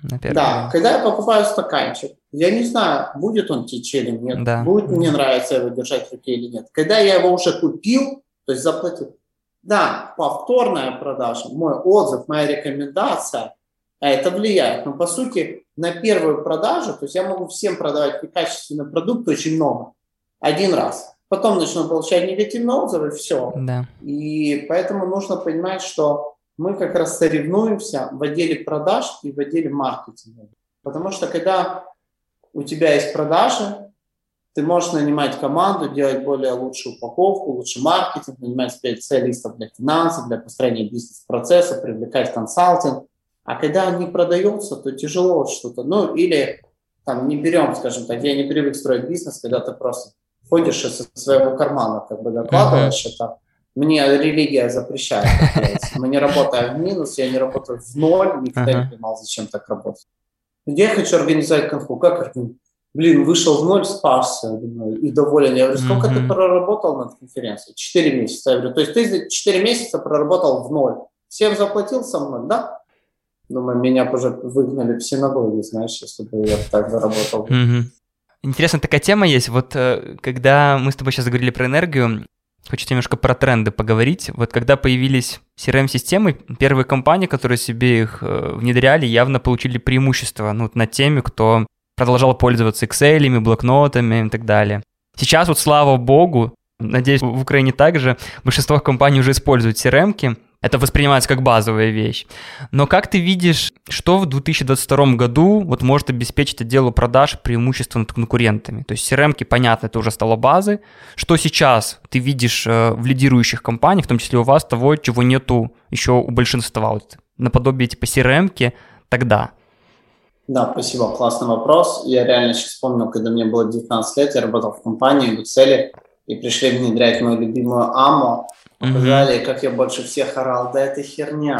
[SPEAKER 2] Да, когда я покупаю стаканчик, я не знаю, будет он течь или нет, будет мне нравиться его держать в руке или нет. Когда я его уже купил, то есть заплатил, да, повторная продажа, мой отзыв, моя рекомендация, это влияет. Но по сути на первую продажу, то есть я могу всем продавать качественный продукт очень много, один раз. Потом начну получать негативные отзывы, все.
[SPEAKER 1] Да.
[SPEAKER 2] И поэтому нужно понимать, что мы как раз соревнуемся в отделе продаж и в отделе маркетинга. Потому что когда у тебя есть продажи, ты можешь нанимать команду, делать более лучшую упаковку, лучший маркетинг, нанимать специалистов для финансов, для построения бизнес-процесса, привлекать консалтинг. А когда он не продается, то тяжело что-то. Ну или там не берем, скажем так, я не привык строить бизнес, когда ты просто ходишь и со своего кармана докладываешь это. Мне религия запрещает. Мы не работаем в минус, я не работаю в ноль, никогда не понимал, зачем так работать. Я хочу организовать конфу. Как организовать? Блин, вышел в ноль, спасся, думаю, и доволен. Я говорю, сколько ты проработал над конференцией? 4 месяца. Я говорю, то есть ты 4 месяца проработал в ноль. Всем заплатил со мной, да? Думаю, меня уже выгнали в синагоге, знаешь, если бы я так заработал.
[SPEAKER 1] Интересная такая тема есть. Вот когда мы с тобой сейчас заговорили про энергию, хочу немножко про тренды поговорить. Вот когда появились CRM-системы, первые компании, которые себе их внедряли, явно получили преимущество над теми, кто продолжал пользоваться Excel, блокнотами и так далее. Сейчас вот, слава богу, надеюсь, в Украине также, большинство компаний уже используют CRM-ки. Это воспринимается как базовая вещь. Но как ты видишь, что в 2022 году вот может обеспечить отделу продаж преимущество над конкурентами? То есть CRM-ки, понятно, это уже стало базой. Что сейчас ты видишь в лидирующих компаниях, в том числе у вас, того, чего нету еще у большинства? Вот, наподобие типа CRM-ки тогда.
[SPEAKER 2] Да, спасибо, классный вопрос. Я реально сейчас вспомнил, когда мне было 19 лет, я работал в компании в Excel, и пришли внедрять мою любимую АМО. Показали, как я больше всех орал, да это херня,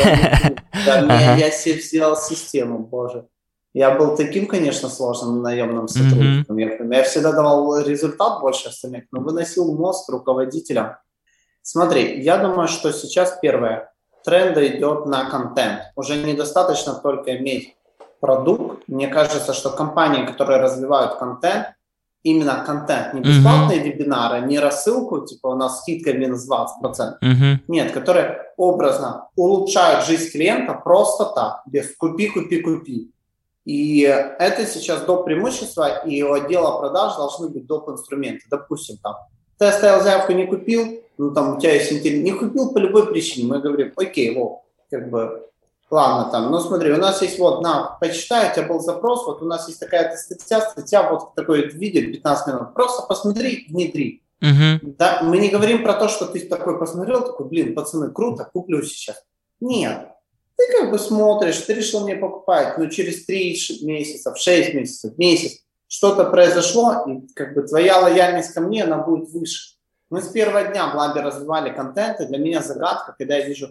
[SPEAKER 2] я себе сделал систему, боже. Я был таким, конечно, сложным наемным сотрудником, я всегда давал результат больше остальных, но выносил мозг руководителям. Смотри, я думаю, что сейчас первое, тренд идет на контент. Уже недостаточно только иметь продукт. Мне кажется, что компании, которые развивают контент, именно контент, не бесплатные вебинары, не рассылку, типа у нас скидка минус 20%. Нет, которые образно улучшают жизнь клиента просто так, без купи. И это сейчас доп. Преимущество, и у отдела продаж должны быть доп. Инструменты. Допустим, там, ты оставил заявку, не купил, ну там у тебя есть интерес, не купил по любой причине, мы говорим, окей, ладно, там, ну смотри, у нас есть почитай, у тебя был запрос, вот у нас есть такая-то статья вот в такой виде, 15 минут, просто посмотри, внедри. Да, мы не говорим про то, что ты такой посмотрел, такой, блин, пацаны, круто, куплю сейчас. Нет, ты смотришь, ты решил мне покупать, но через 3 месяца, 6 месяцев, месяц что-то произошло, и твоя лояльность ко мне, она будет выше. Мы с первого дня в Лабе развивали контент, и для меня загадка, когда я вижу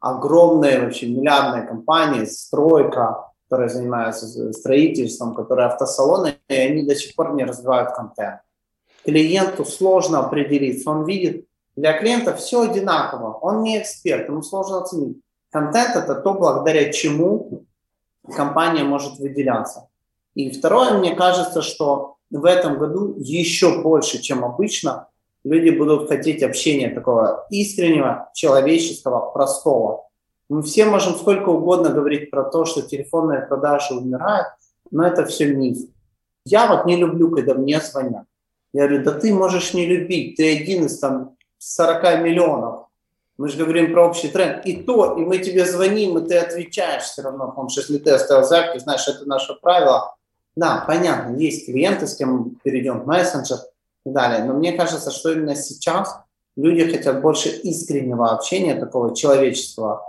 [SPEAKER 2] огромные вообще миллиардные компании, стройка, которые занимаются строительством, которые автосалоны, и они до сих пор не развивают контент. Клиенту сложно определиться, он видит, для клиента все одинаково, он не эксперт, ему сложно оценить. Контент – это то, благодаря чему компания может выделяться. И второе, мне кажется, что в этом году еще больше, чем обычно, люди будут хотеть общения такого искреннего, человеческого, простого. Мы все можем сколько угодно говорить про то, что телефонные продажи умирают, но это все миф. Я вот не люблю, когда мне звонят. Я говорю, да ты можешь не любить, ты один из там 40 миллионов. Мы же говорим про общий тренд. И мы тебе звоним, и ты отвечаешь все равно. Потому что если ты оставил заявки, знаешь, это наше правило. Да, понятно, есть клиенты, с кем мы перейдем в мессенджер и далее. Но мне кажется, что именно сейчас люди хотят больше искреннего общения, такого человеческого.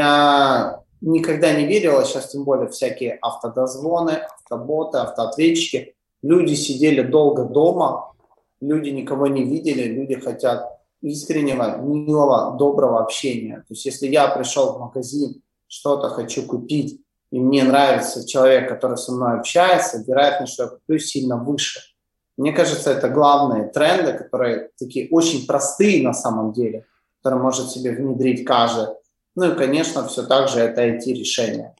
[SPEAKER 2] Я никогда не верил, а сейчас тем более всякие автодозвоны, автоботы, автоответчики. Люди сидели долго дома, люди никого не видели, люди хотят искреннего, милого, доброго общения. То есть если я пришел в магазин, что-то хочу купить, и мне нравится человек, который со мной общается, вероятность, что я куплю, сильно выше. Мне кажется, это главные тренды, которые такие очень простые на самом деле, которые может себе внедрить каждый. Ну и, конечно, все так же это IT-решения.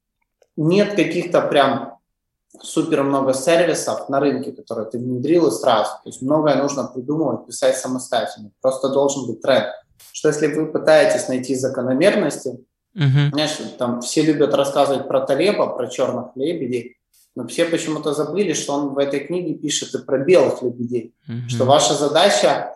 [SPEAKER 2] Нет каких-то прям супер много сервисов на рынке, которые ты внедрил и сразу. То есть многое нужно придумывать, писать самостоятельно. Просто должен быть тренд. Что если вы пытаетесь найти закономерности, знаешь, там все любят рассказывать про Талеба, про черных лебедей, но все почему-то забыли, что он в этой книге пишет и про белых лебедей. Что ваша задача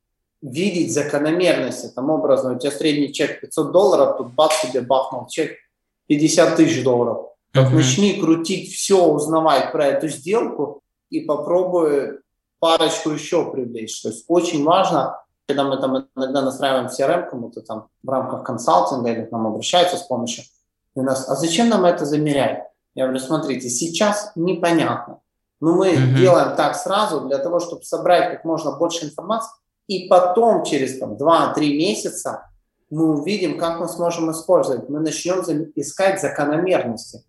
[SPEAKER 2] видеть закономерности. Там образно, у тебя средний чек $500, тут бац, тебе бахнул чек $50 тысяч. Так начни крутить все, узнавать про эту сделку и попробуй парочку еще привлечь. То есть очень важно, когда мы там иногда настраиваем CRM кому-то там в рамках консалтинга или к нам обращаются с помощью, и нас, а зачем нам это замерять? Я говорю, смотрите, сейчас непонятно, но мы делаем так сразу для того, чтобы собрать как можно больше информации, и потом через там, 2-3 месяца мы увидим, как мы сможем использовать. Мы начнем искать закономерности.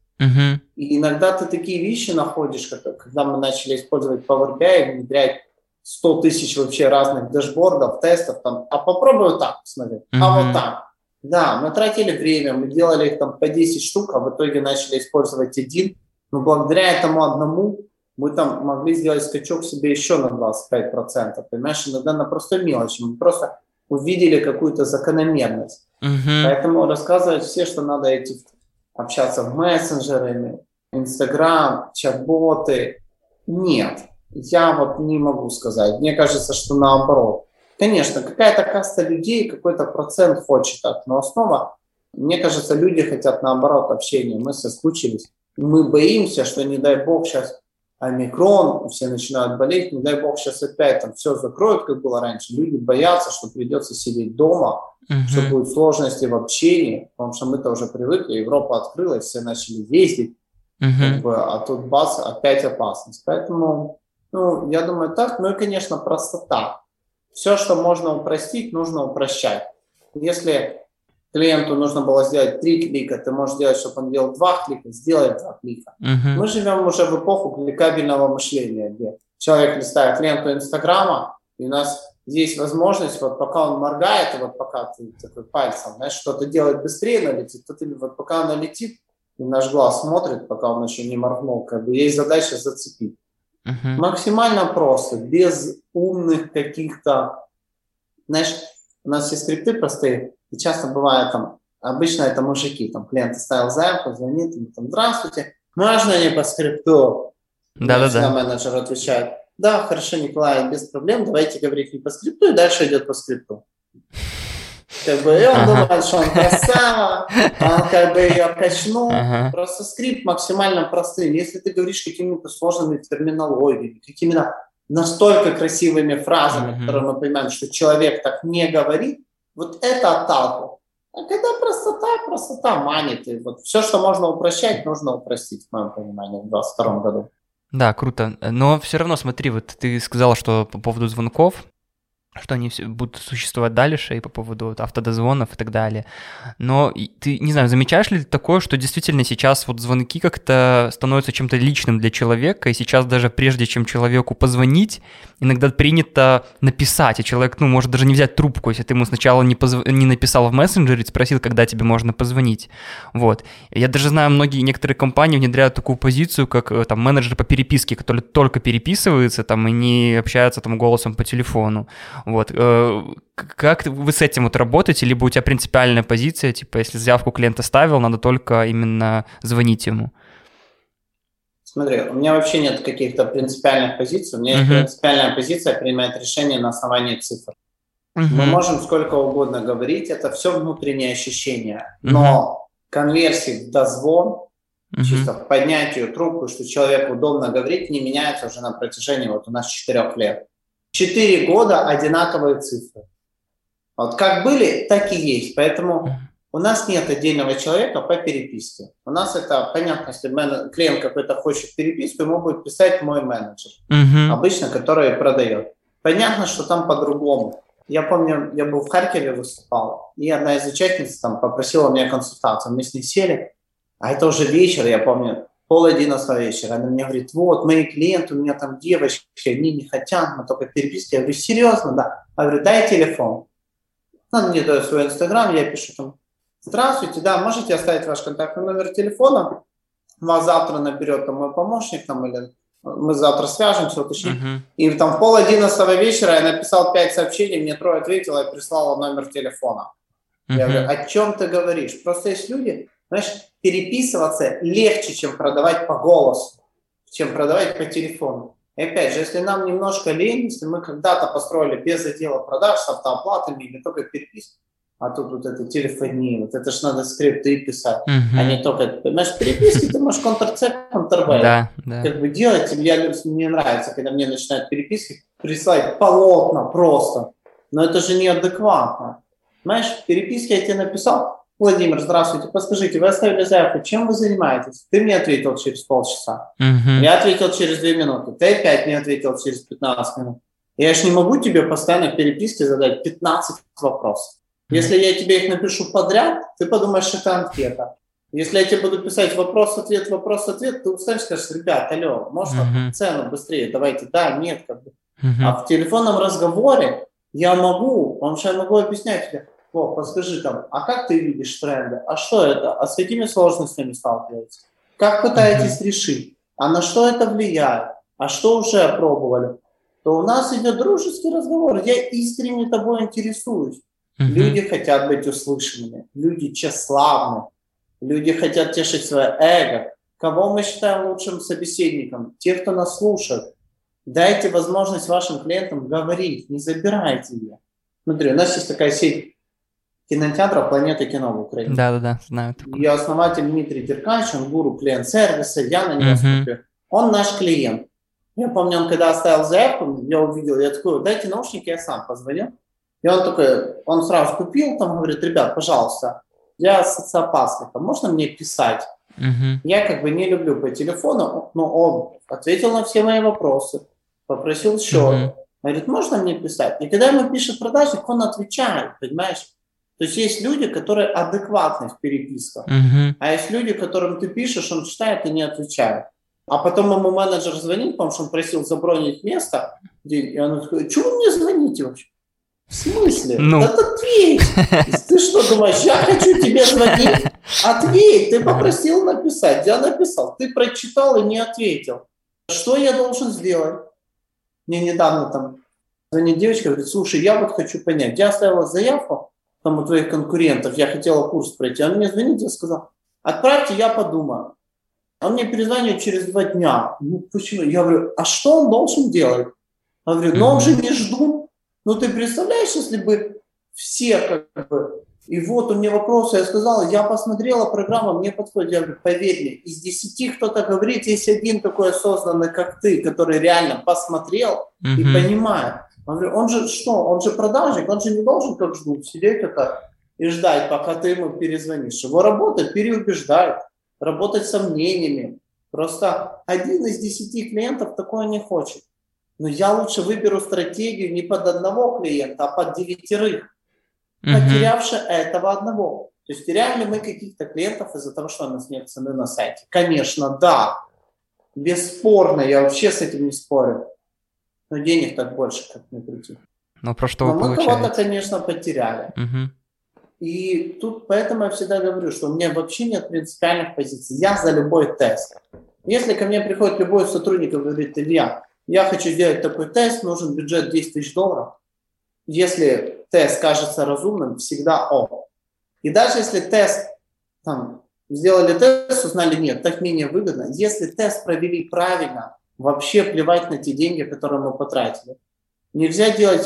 [SPEAKER 2] И иногда ты такие вещи находишь, когда мы начали использовать Power BI, внедрять 100 тысяч вообще разных дашбордов, тестов, там, а попробую так посмотреть, а вот так. Да, мы тратили время, мы делали их там по 10 штук, а в итоге начали использовать один, но благодаря этому одному мы там могли сделать скачок себе еще на 25%, понимаешь, иногда на простой мелочи, мы просто увидели какую-то закономерность. Поэтому рассказывать все, что надо общаться в мессенджерами, Инстаграм, чат-боты, нет. Я вот не могу сказать. Мне кажется, что наоборот. Конечно, какая-то каста людей, какой-то процент хочет от, но основа, мне кажется, люди хотят наоборот общения. Мы соскучились. Мы боимся, что, не дай бог, сейчас омикрон, все начинают болеть, не дай бог, сейчас опять там все закроют, как было раньше. Люди боятся, что придется сидеть дома, что будут сложности в общении, потому что мы-то уже привыкли, Европа открылась, все начали ездить, а тут бац, опять опасность. Поэтому, я думаю, так. Ну и, конечно, простота. Все, что можно упростить, нужно упрощать. Если клиенту нужно было сделать 3 клика, ты можешь сделать, чтобы он делал 2 клика, сделай 2 клика. Мы живем уже в эпоху кликабельного мышления, где человек листает ленту Инстаграма, и у нас есть возможность, вот пока он моргает, и вот пока ты такой пальцем, знаешь, что-то делает быстрее, налетит, то ты, вот пока она летит, и наш глаз смотрит, пока он еще не моргнул, как бы есть задача зацепить. Максимально просто, без умных каких-то, знаешь, у нас все скрипты простые, и часто бывает там, обычно это мужики, там клиент оставил заявку, звонит, ему там, здравствуйте, можно не по скрипту? Да. Менеджер отвечает, да, хорошо, Николай, без проблем, давайте говорить не по скрипту, и дальше идет по скрипту. Как бы, и он думает, что он красава, он как бы ее качнул. Просто скрипт максимально простым. Если ты говоришь какими-то сложными терминологиями, какими-то настолько красивыми фразами, которые мы понимаем, что человек так не говорит, вот это отталкивает. А когда простота манит. И вот все, что можно упрощать, нужно упростить, в моем понимании, в 2022 году.
[SPEAKER 1] Да, круто. Но все равно, смотри, вот ты сказал, что по поводу звонков, что они все будут существовать дальше и по поводу вот автодозвонов и так далее. Но ты, не знаю, замечаешь ли ты такое, что действительно сейчас вот звонки как-то становятся чем-то личным для человека, и сейчас даже прежде чем человеку позвонить, иногда принято написать, и человек, ну, может даже не взять трубку, если ты ему сначала не написал в мессенджере, спросил, когда тебе можно позвонить. Вот. Я даже знаю, некоторые компании внедряют такую позицию, как там менеджер по переписке, который только переписывается там и не общается там голосом по телефону. Вот. Как вы с этим вот работаете, либо у тебя принципиальная позиция, типа, если заявку клиент оставил, надо только именно звонить ему?
[SPEAKER 2] Смотри, у меня вообще нет каких-то принципиальных позиций. У меня есть принципиальная позиция принимать решения на основании цифр. Мы можем сколько угодно говорить, это все внутренние ощущения. Но конверсии в дозвон, чисто в поднятию трубку, что человеку удобно говорить, не меняется уже на протяжении вот у нас 4 лет. 4 года одинаковые цифры. Вот как были, так и есть. Поэтому у нас нет отдельного человека по переписке. У нас это понятно, если клиент какой-то хочет переписку, ему будет писать мой менеджер, обычно, который продает. Понятно, что там по-другому. Я помню, я был в Харькове, выступал, и одна из участниц там попросила меня консультацию. Мы с ней сели, а это уже вечер, я помню, 10:30 вечера. Она мне говорит, вот, мои клиенты, у меня там девочки, они не хотят, мы только переписки. Я говорю, серьезно, да? Я говорю, дай телефон. Она мне дает свой инстаграм, я пишу там, здравствуйте, да, можете оставить ваш контактный номер телефона, вас завтра наберет там мой помощник, там, или мы завтра свяжемся, уточним. И там в 10:30 вечера я написал 5 сообщений, мне 3 ответило и прислала номер телефона. Я говорю, о чем ты говоришь? Просто есть люди, знаешь, переписываться легче, чем продавать по голосу, чем продавать по телефону. И опять же, если нам немножко лень, если мы когда-то построили без отдела продаж с автооплатами или только переписку, а тут вот это телефония, вот это ж надо скрипты писать, а не только, понимаешь, переписки ты можешь Ctrl-C, Ctrl-V.
[SPEAKER 1] Да.
[SPEAKER 2] Как бы делать, мне нравится, когда мне начинают переписки присылать полотна просто, но это же неадекватно. Знаешь, переписки я тебе написал, Владимир, здравствуйте, подскажите, вы оставили заявку, чем вы занимаетесь? Ты мне ответил через полчаса. Я ответил через 2 минуты. Ты опять мне ответил через 15 минут. Я же не могу тебе постоянно в переписке задать 15 вопросов. Если я тебе их напишу подряд, ты подумаешь, что это анкета. Если я тебе буду писать вопрос-ответ, ты устанешь, скажешь, ребят, алло, можно цену быстрее, давайте, да, нет, как бы. А в телефонном разговоре я могу объяснять тебе, подскажи там, а как ты видишь тренды? А что это? А с какими сложностями сталкиваетесь? Как пытаетесь решить? А на что это влияет? А что уже опробовали? То у нас идет дружеский разговор. Я искренне тобой интересуюсь. Люди хотят быть услышанными. Люди тщеславны. Люди хотят тешить свое эго. Кого мы считаем лучшим собеседником? Те, кто нас слушает. Дайте возможность вашим клиентам говорить. Не забирайте ее. Смотри, у нас есть такая сеть кинотеатра «Планета кино» в Украине.
[SPEAKER 1] Да, знаю.
[SPEAKER 2] Ее основатель Дмитрий Деркач, он гуру клиент-сервиса, я на него смотрю. Он наш клиент. Я помню, он когда оставил заявку, я увидел, я такой, дайте наушники, я сам позвонил. И он сразу купил, там говорит, ребят, пожалуйста, я социопат, можно мне писать? Я как бы не люблю по телефону, но он ответил на все мои вопросы, попросил счет. Говорит, можно мне писать? И когда ему пишет продажник, он отвечает, понимаешь? То есть есть люди, которые адекватны в переписках, а есть люди, которым ты пишешь, он читает и не отвечает. А потом ему менеджер звонит, потому что он просил забронить место, и он говорит, чего вы мне звоните вообще? В смысле? Да ответь! Ты что думаешь, я хочу тебе звонить? Ответь! Ты попросил написать, я написал. Ты прочитал и не ответил. Что я должен сделать? Мне недавно там звонит девочка, говорит, слушай, я вот хочу понять, я оставила заявку там у твоих конкурентов, я хотела курс пройти. Он мне звонит, я сказал, отправьте, я подумаю. Он мне перезвонит через 2 дня. Ну почему? Я говорю, а что он должен делать? Я говорю, он же не ждун. Ну, ты представляешь, если бы все как бы... И вот у меня вопросы, я сказала, я посмотрела программу, мне подходит. Я говорю, поверь мне, из 10 кто-то говорит, есть один такой осознанный, как ты, который реально посмотрел и понимает. Я говорю, он же что? Он же продажник, он же не должен как ждут сидеть это и ждать, пока ты ему перезвонишь. Его работа переубеждать, работать с сомнениями. Просто 1 из 10 клиентов такое не хочет. Но я лучше выберу стратегию не под одного клиента, а под 9, потерявши этого одного. То есть теряем ли мы каких-то клиентов из-за того, что у нас нет цены на сайте? Конечно, да. Бесспорно, я вообще с этим не спорю. Но денег так больше, как ни крути.
[SPEAKER 1] Но про что вы
[SPEAKER 2] мы
[SPEAKER 1] получаете?
[SPEAKER 2] кого-то, конечно, потеряли. И тут поэтому я всегда говорю, что у меня вообще нет принципиальных позиций. Я за любой тест. Если ко мне приходит любой сотрудник и говорит: Илья, я хочу сделать такой тест, нужен бюджет $10 000. Если тест кажется разумным, всегда ок. И даже если тест, сделали тест, узнали нет, так менее выгодно. Если тест провели правильно, вообще плевать на те деньги, которые мы потратили. Нельзя делать,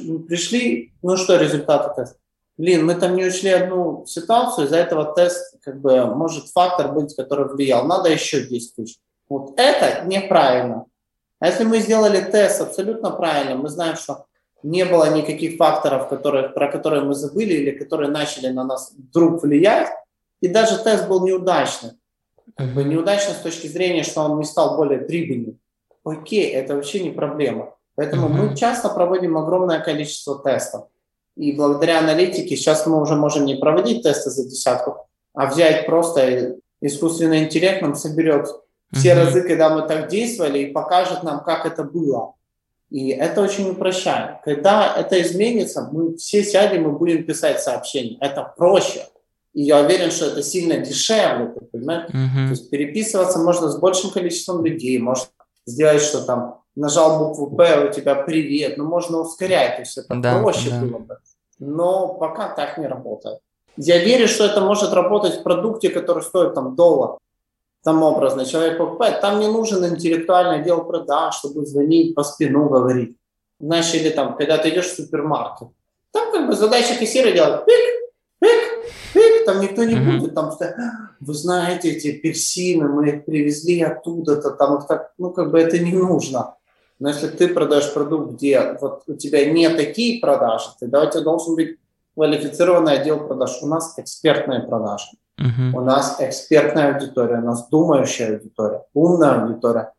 [SPEAKER 2] пришли, что результаты теста? Мы там не учли одну ситуацию, из-за этого тест, может фактор быть, который влиял. Надо еще 10 000. Вот это неправильно. А если мы сделали тест абсолютно правильно, мы знаем, что не было никаких факторов, про которые мы забыли или которые начали на нас вдруг влиять, и даже тест был неудачный. Неудачный с точки зрения, что он не стал более прибыльным. Окей, это вообще не проблема. Поэтому мы часто проводим огромное количество тестов. И благодаря аналитике сейчас мы уже можем не проводить тесты за десятку, а взять просто искусственный интеллект нам соберет все разы, когда мы так действовали, и покажет нам, как это было. И это очень упрощает. Когда это изменится, мы все сядем и будем писать сообщения. Это проще. И я уверен, что это сильно дешевле. Ты понимаешь? То есть переписываться можно с большим количеством людей. Можно сделать, что там нажал букву «П», у тебя «Привет». Можно ускорять. То есть это проще было бы. Но пока так не работает. Я верю, что это может работать в продукте, который стоит $1. Там образно человек покупает, там не нужен интеллектуальный отдел продаж, чтобы звонить, по спину говорить. Знаешь, или когда ты идешь в супермаркет, там задача кассира делать пик, пик, пик, там никто не будет, там, вы знаете, эти апельсины, мы их привезли оттуда-то, там их так, это не нужно. Но если ты продаешь продукт, где вот у тебя не такие продажи, тогда у тебя должен быть квалифицированный отдел продаж. У нас экспертные продажи. У нас экспертная аудитория, у нас думающая аудитория, умная аудитория.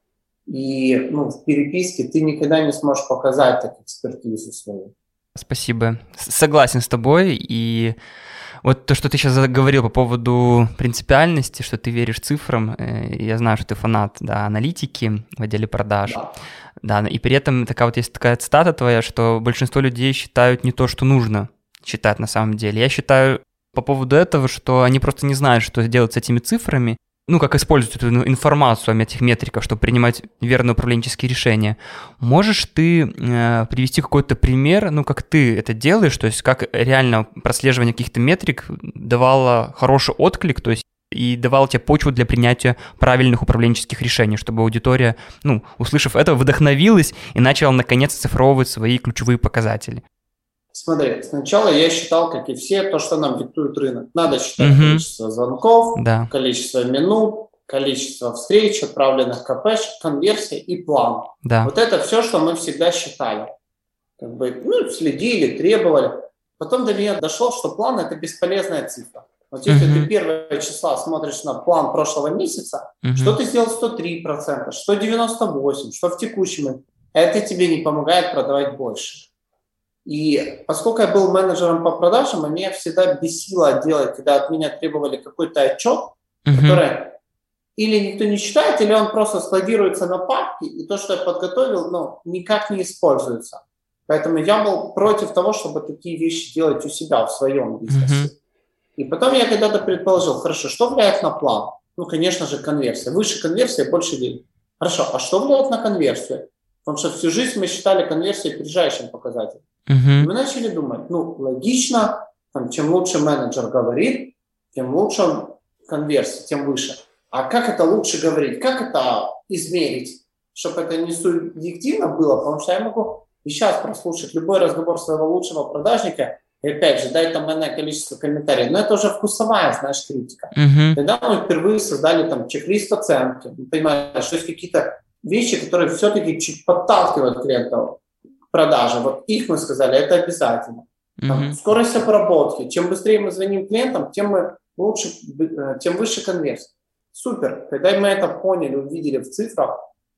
[SPEAKER 2] И в переписке ты никогда не сможешь показать так экспертизу свою.
[SPEAKER 1] Спасибо. Согласен с тобой. И вот то, что ты сейчас говорил по поводу принципиальности, что ты веришь цифрам, я знаю, что ты фанат аналитики в отделе продаж. Да, и при этом есть такая цитата твоя, что большинство людей считают не то, что нужно считать на самом деле. Я считаю по поводу этого, что они просто не знают, что делать с этими цифрами, как использовать эту информацию о этих метриках, чтобы принимать верные управленческие решения. Можешь ты привести какой-то пример, как ты это делаешь, то есть как реально прослеживание каких-то метрик давало хороший отклик, то есть и давало тебе почву для принятия правильных управленческих решений, чтобы аудитория, услышав это, вдохновилась и начала наконец цифровывать свои ключевые показатели.
[SPEAKER 2] Смотри, сначала я считал, как и все, то, что нам диктует рынок. Надо считать количество звонков, количество минут, количество встреч, отправленных КПшек, конверсия и план. Вот это все, что мы всегда считали. Следили, требовали. Потом до меня дошло, что план – это бесполезная цифра. Вот если ты 1 числа смотришь на план прошлого месяца, что ты сделал 103%, что 98%, что в текущем, это тебе не помогает продавать больше. И поскольку я был менеджером по продажам, меня всегда бесило делать, когда от меня требовали какой-то отчет, который или никто не читает, или он просто складируется на папке, и то, что я подготовил, никак не используется. Поэтому я был против того, чтобы такие вещи делать у себя в своем бизнесе. И потом я когда-то предположил, хорошо, что влияет на план? Конечно же, конверсия. Выше конверсия, больше денег. Хорошо, а что влияет на конверсию? Потому что всю жизнь мы считали конверсию опережающим показателем. И мы начали думать, логично, чем лучше менеджер говорит, тем лучше конверсия, тем выше. А как это лучше говорить? Как это измерить? Чтобы это не субъективно было, потому что я могу и сейчас прослушать любой разговор своего лучшего продажника и опять же дать там иное количество комментариев. Но это уже вкусовая, критика. Тогда мы впервые создали чек-лист оценки. Мы понимаем, что есть какие-то вещи, которые все-таки чуть подталкивают клиентов к продаже. Вот их мы сказали, это обязательно. Скорость обработки. Чем быстрее мы звоним клиентам, тем выше конверсия. Супер. Когда мы это поняли, увидели в цифрах,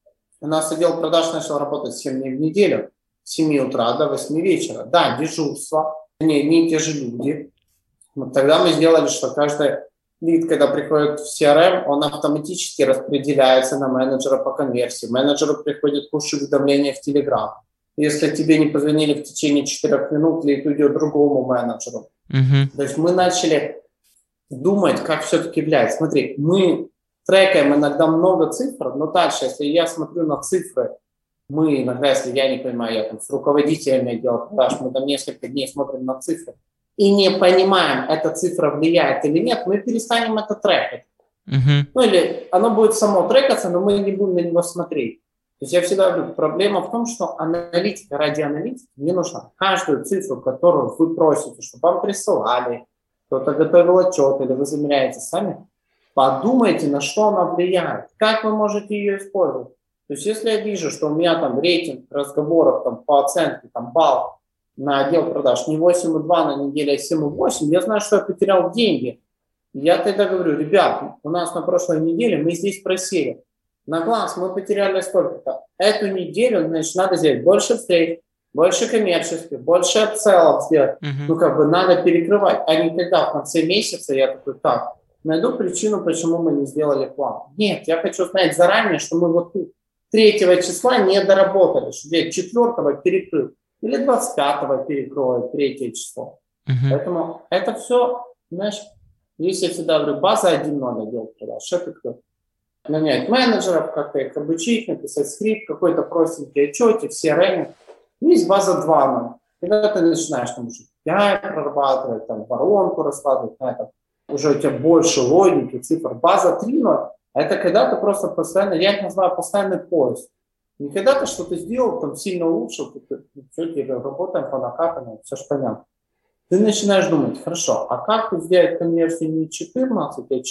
[SPEAKER 2] У нас отдел продаж начал работать 7 дней в неделю, с 7 утра до 8 вечера. Да, дежурство, не те же люди. Вот тогда мы сделали, что каждый лид, когда приходит в CRM, он автоматически распределяется на менеджера по конверсии. Менеджеру приходит push-уведомления в Telegram. Если тебе не позвонили в течение 4 минут, лид уйдет другому менеджеру. То есть мы начали думать, как все-таки влиять. Смотри, мы трекаем иногда много цифр, но дальше, если я смотрю на цифры, мы иногда, если я не понимаю, я там с руководителями отдела продаж, мы там несколько дней смотрим на цифры и не понимаем, эта цифра влияет или нет, мы перестанем это трекать. Ну или оно будет само трекаться, но мы не будем на него смотреть. То есть я всегда говорю, проблема в том, что аналитика ради аналитики не нужна. Каждую цифру, которую вы просите, чтобы вам присылали, кто-то готовил отчет или вы замеряете сами, подумайте, на что она влияет, как вы можете ее использовать. То есть если я вижу, что у меня там рейтинг разговоров там, по оценке, там балл на отдел продаж не 8,2 на неделе, а 7,8, я знаю, что я потерял деньги. Я тогда говорю, ребят, у нас на прошлой неделе мы здесь просели. На глаз мы потеряли столько-то. Эту неделю, значит, надо сделать больше встреч, больше коммерческих, больше апселлов сделать. Ну, как бы надо перекрывать. А не когда в конце месяца я такой, так, найду причину, почему мы не сделали план. Нет, я хочу знать заранее, что мы вот тут 3 числа не доработали, что я 4 перекрыл. Или 25 перекрою 3 число. Поэтому это все, знаешь, если я всегда говорю, база 1.0 отдел продаж. Это кто? Нанять менеджеров, как-то их обучить, написать скрипт, какой-то простенький отчетик, CRM. Есть база 2.0. Когда ты начинаешь там уже KPI прорабатывать, там воронку раскладывать, на этом, уже у тебя больше логики, цифр. База 3.0 – это когда ты просто постоянно, я их называю постоянный поиск. Не когда ты что-то сделал, там сильно улучшил, все, теперь работаем по накатанию, все же понятно. Ты начинаешь думать, хорошо, а как ты сделать конверсию не 14, а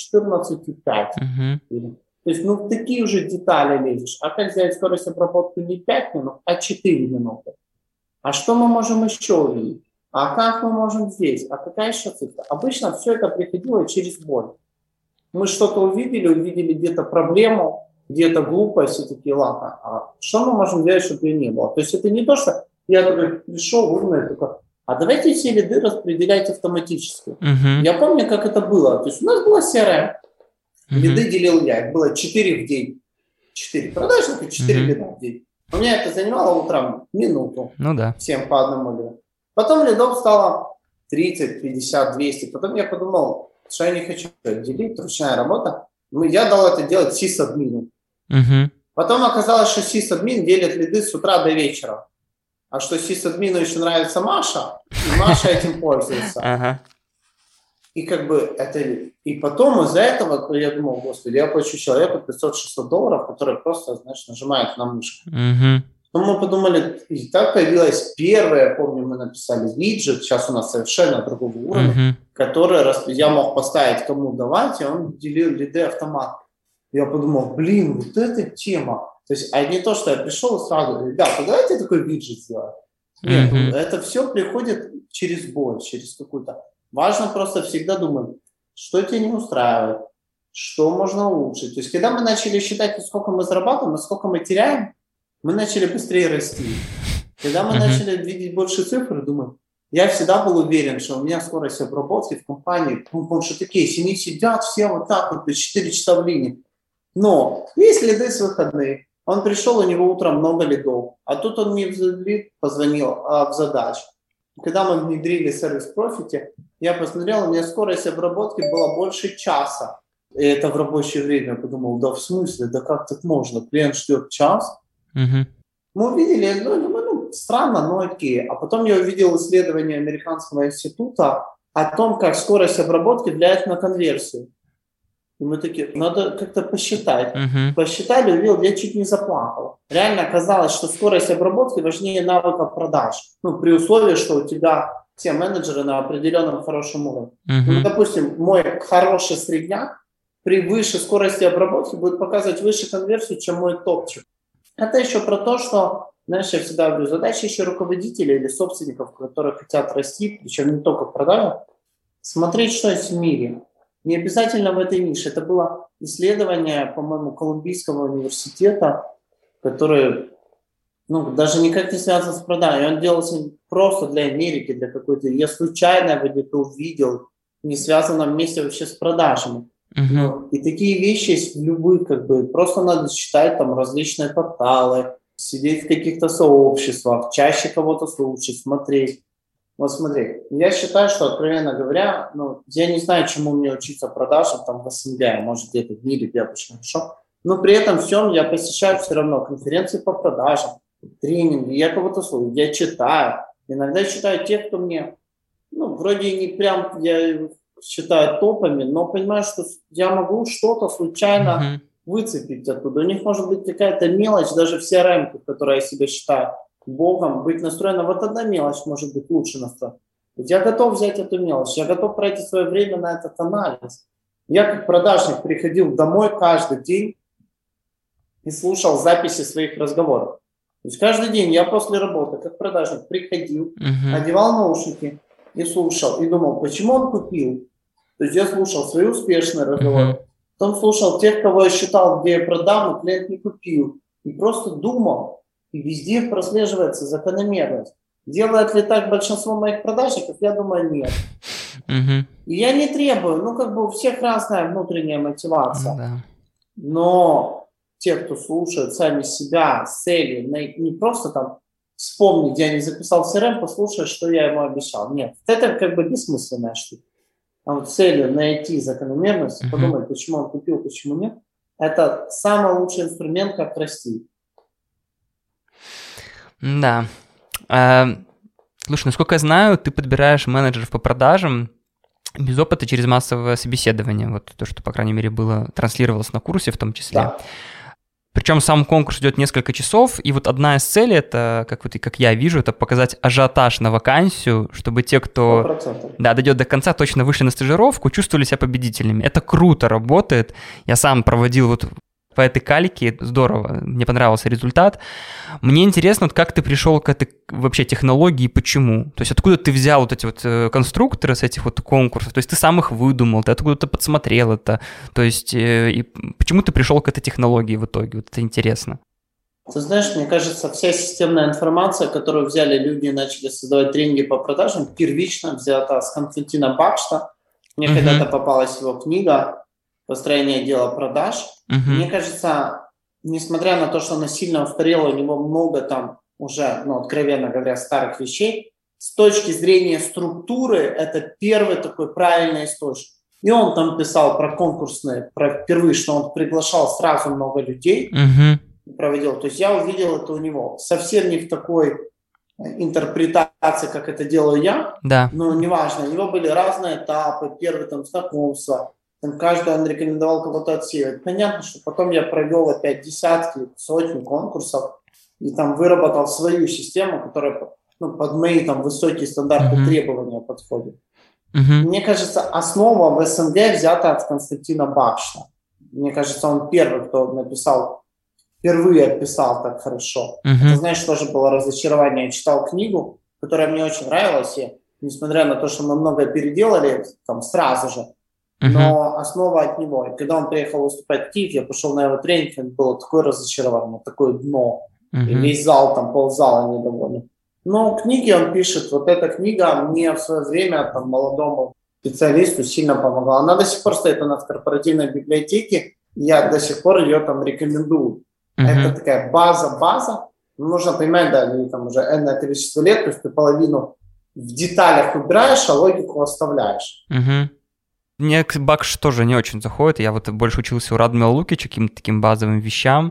[SPEAKER 2] 14,5? То есть, ну, в такие уже детали лезешь. А как сделать скорость обработки не 5 минут, а 4 минуты? А что мы можем еще увидеть? А как мы можем здесь? А какая еще цифра? Обычно все это приходило через боль. Мы что-то увидели где-то проблему, где-то глупость, и такие, ладно, а что мы можем делать, чтобы ее не было? То есть это не то, что я такой пришел, умный, такой, а давайте все лиды распределять автоматически. Я помню, как это было. То есть у нас была CRM, лиды делил я, их было 4 в день. 4 продажника, 4 лида в день. У меня это занимало утром минуту.
[SPEAKER 1] Ну да.
[SPEAKER 2] Всем по одному лиду. Потом лидов стало 30, 50, 200. Потом я подумал, что я не хочу делить, ручная работа. Я дал это делать сисадмину. Потом оказалось, что сисадмин делит лиды с утра до вечера. А что сисадмину еще нравится Маша, и Маша этим пользуется. И как бы это... И потом из-за этого я думал, господи, я плачу человеку $500-600, который просто, знаешь, нажимает на мышку. Но мы подумали, и так появилась первая, я помню, мы написали виджет, сейчас у нас совершенно другого уровня, который я мог поставить, кому давать, и он делил лиды автоматом. Я подумал, блин, вот эта тема. То есть, а не то, что я пришел и сразу говорю, ребята, давайте такой виджет сделаем. Нет, это все приходит через боль, через какую-то... Важно просто всегда думать, что тебя не устраивает, что можно улучшить. То есть, когда мы начали считать, сколько мы зарабатываем, и сколько мы теряем, мы начали быстрее расти. Когда мы начали видеть больше цифр, думаю, я всегда был уверен, что у меня скорость обработки в компании, потому что такие сидят все вот так вот, 4 часа в линии. Но есть лиды с выходных. Он пришел, у него утром много лидов. А тут он мне в лид позвонил в задач. Когда мы внедрили сервис Profit, я посмотрел, у меня скорость обработки была больше часа. И это в рабочее время. Я подумал, да в смысле, да как так можно? Клиент ждет час. Мы увидели, странно, но окей. А потом я увидел исследование Американского института о том, как скорость обработки влияет на конверсию. И мы такие, надо как-то посчитать. Посчитали, увидел, я чуть не заплакал. Реально оказалось, что скорость обработки важнее навыка продаж. Ну, при условии, что у тебя все менеджеры на определенном хорошем уровне. Ну, допустим, мой хороший средняк при высшей скорости обработки будет показывать выше конверсию, чем мой топчик. Это еще про то, что, знаешь, я всегда говорю, задача еще руководителей или собственников, которые хотят расти, причем не только в продажах, смотреть, что есть в мире. Не обязательно в этой нише. Это было исследование, по-моему, Колумбийского университета. который даже никак не связан с продажей. Он делался просто для Америки, для какой-то... Я случайно его где-то увидел, не связанном месте вообще с продажами. И такие вещи есть в любых, просто надо читать там различные порталы, сидеть в каких-то сообществах, чаще кого-то слушать, смотреть. Вот смотри, я считаю, что, откровенно говоря, я не знаю, чему мне учиться продажам там в СНГ, может где-то в мире я очень хорошо, но при этом всем я посещаю все равно конференции по продажам, тренинги, я кого-то слушаю, я читаю. Иногда читаю тех, кто мне, вроде не прям я считаю топами, но понимаю, что я могу что-то случайно выцепить оттуда. У них может быть какая-то мелочь, даже в CRM, которая я себя считаю богом, быть настроена. Вот одна мелочь может быть лучше настроена. Я готов взять эту мелочь, я готов тратить свое время на этот анализ. Я как продажник приходил домой каждый день и слушал записи своих разговоров. То есть каждый день я после работы, как продажник, приходил, одевал наушники и слушал, и думал, почему он купил. То есть я слушал свои успешные разговоры, потом слушал тех, кого я считал, где я продам, но клиент не купил. И просто думал, и везде прослеживается закономерность. Делает ли так большинство моих продажников? Я думаю, нет. И я не требую, у всех разная внутренняя мотивация. Но те, кто слушают сами себя с целью, не просто там вспомнить, я не записал в CRM, послушать, что я ему обещал. Нет, это бессмысленная штука. А вот целью найти закономерность, подумать, почему он купил, почему нет, это самый лучший инструмент, как расти.
[SPEAKER 1] Да. Слушай, насколько я знаю, ты подбираешь менеджеров по продажам без опыта через массовое собеседование. Вот то, что, по крайней мере, транслировалось на курсе в том числе.
[SPEAKER 2] Да.
[SPEAKER 1] Причем сам конкурс идет несколько часов, и вот одна из целей, это, как я вижу, это показать ажиотаж на вакансию, чтобы те, кто дойдет до конца, точно вышли на стажировку, чувствовали себя победителями. Это круто работает. Я сам проводил по этой кальке, здорово, мне понравился результат. Мне интересно, как ты пришел к этой вообще технологии и почему? То есть откуда ты взял эти конструкторы с этих конкурсов? То есть ты сам их выдумал, ты откуда-то подсмотрел это? То есть и почему ты пришел к этой технологии в итоге? Это интересно.
[SPEAKER 2] Ты знаешь, мне кажется, вся системная информация, которую взяли люди и начали создавать тренинги по продажам, первично взята с Константина Бакшта. Мне когда-то попалась его книга «Построение дела продаж». Мне кажется, несмотря на то, что она сильно устарела, у него много там уже, откровенно говоря, старых вещей, с точки зрения структуры это первый такой правильный источник. И он там писал про конкурсные, впервые, что он приглашал сразу много людей, проводил. То есть я увидел это у него. Совсем не в такой интерпретации, как это делаю я, но неважно. У него были разные этапы, первый там знакомство. Каждый он рекомендовал кого-то отсеивать. Понятно, что потом я провел опять десятки, сотни конкурсов и там выработал свою систему, которая под мои там высокие стандарты требования подходит. Мне кажется, основа в СНГ взята от Константина Бакшта. Мне кажется, он первый, кто впервые описал так хорошо. Это, знаешь, тоже было разочарование. Я читал книгу, которая мне очень нравилась, и несмотря на то, что мы многое переделали там сразу же, но основа от него. И когда он приехал выступать в Киев, я пошел на его тренинг, было такое разочарование, такое дно. И весь зал, ползала недоволен. Но в книге он пишет, эта книга мне в свое время, молодому специалисту, сильно помогла. Она до сих пор стоит у нас в корпоративной библиотеке, я до сих пор ее рекомендую. Это такая база. Нужно понимать, ей уже энное количество лет, то есть ты половину в деталях убираешь, а логику оставляешь.
[SPEAKER 1] Мне Бакш тоже не очень заходит, я больше учился у Радмила Лукича каким-то таким базовым вещам,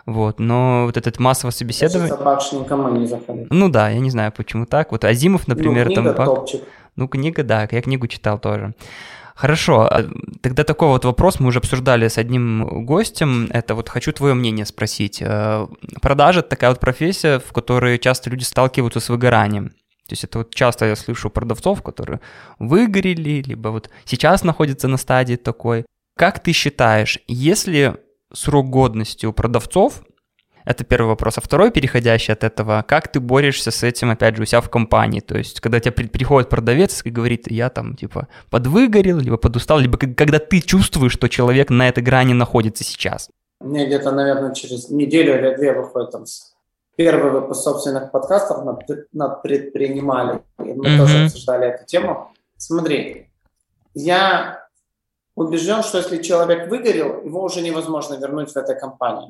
[SPEAKER 1] но этот массовое собеседование...
[SPEAKER 2] Кажется, Бакш никому не заходит.
[SPEAKER 1] Да, я не знаю, почему так. Азимов, например...
[SPEAKER 2] Книга топчик.
[SPEAKER 1] Книга, да, я книгу читал тоже. Хорошо, тогда такой вопрос мы уже обсуждали с одним гостем, это хочу твое мнение спросить. Продажа – это такая профессия, в которой часто люди сталкиваются с выгоранием. То есть это часто я слышу продавцов, которые выгорели, либо сейчас находятся на стадии такой. Как ты считаешь, если срок годности у продавцов, это первый вопрос, а второй, переходящий от этого, как ты борешься с этим, опять же, у себя в компании? То есть когда тебе приходит продавец и говорит, я подвыгорел, либо подустал, либо когда ты чувствуешь, что человек на этой грани находится сейчас.
[SPEAKER 2] У меня где-то, наверное, через неделю или две выходит там первый выпуск собственных подкастов над предпринимали. И мы тоже обсуждали эту тему. Смотри, я убежден, что если человек выгорел, его уже невозможно вернуть в этой компании.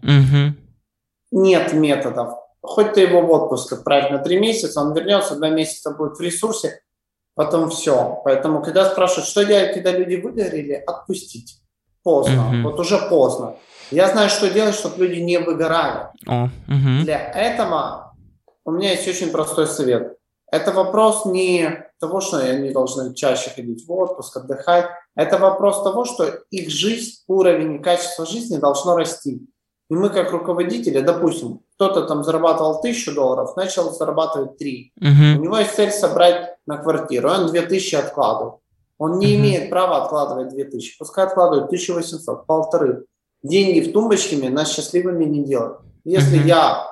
[SPEAKER 2] Нет методов. Хоть ты его в отпуск отправь на 3 месяца, он вернется, 2 месяца будет в ресурсе, потом все. Поэтому, когда спрашивают, что делать, когда люди выгорели, отпустить. Поздно. Вот уже поздно. Я знаю, что делать, чтобы люди не выгорали. Для этого у меня есть очень простой совет. Это вопрос не того, что они должны чаще ходить в отпуск, отдыхать. Это вопрос того, что их жизнь, уровень и качество жизни должно расти. И мы как руководители, допустим, кто-то там зарабатывал $1000, начал зарабатывать 3. У него есть цель собрать на квартиру, он 2000 откладывает. Он не имеет права откладывать 2000, пускай откладывает 1800, 1500. Деньги в тумбочке нас счастливыми не делают. Если я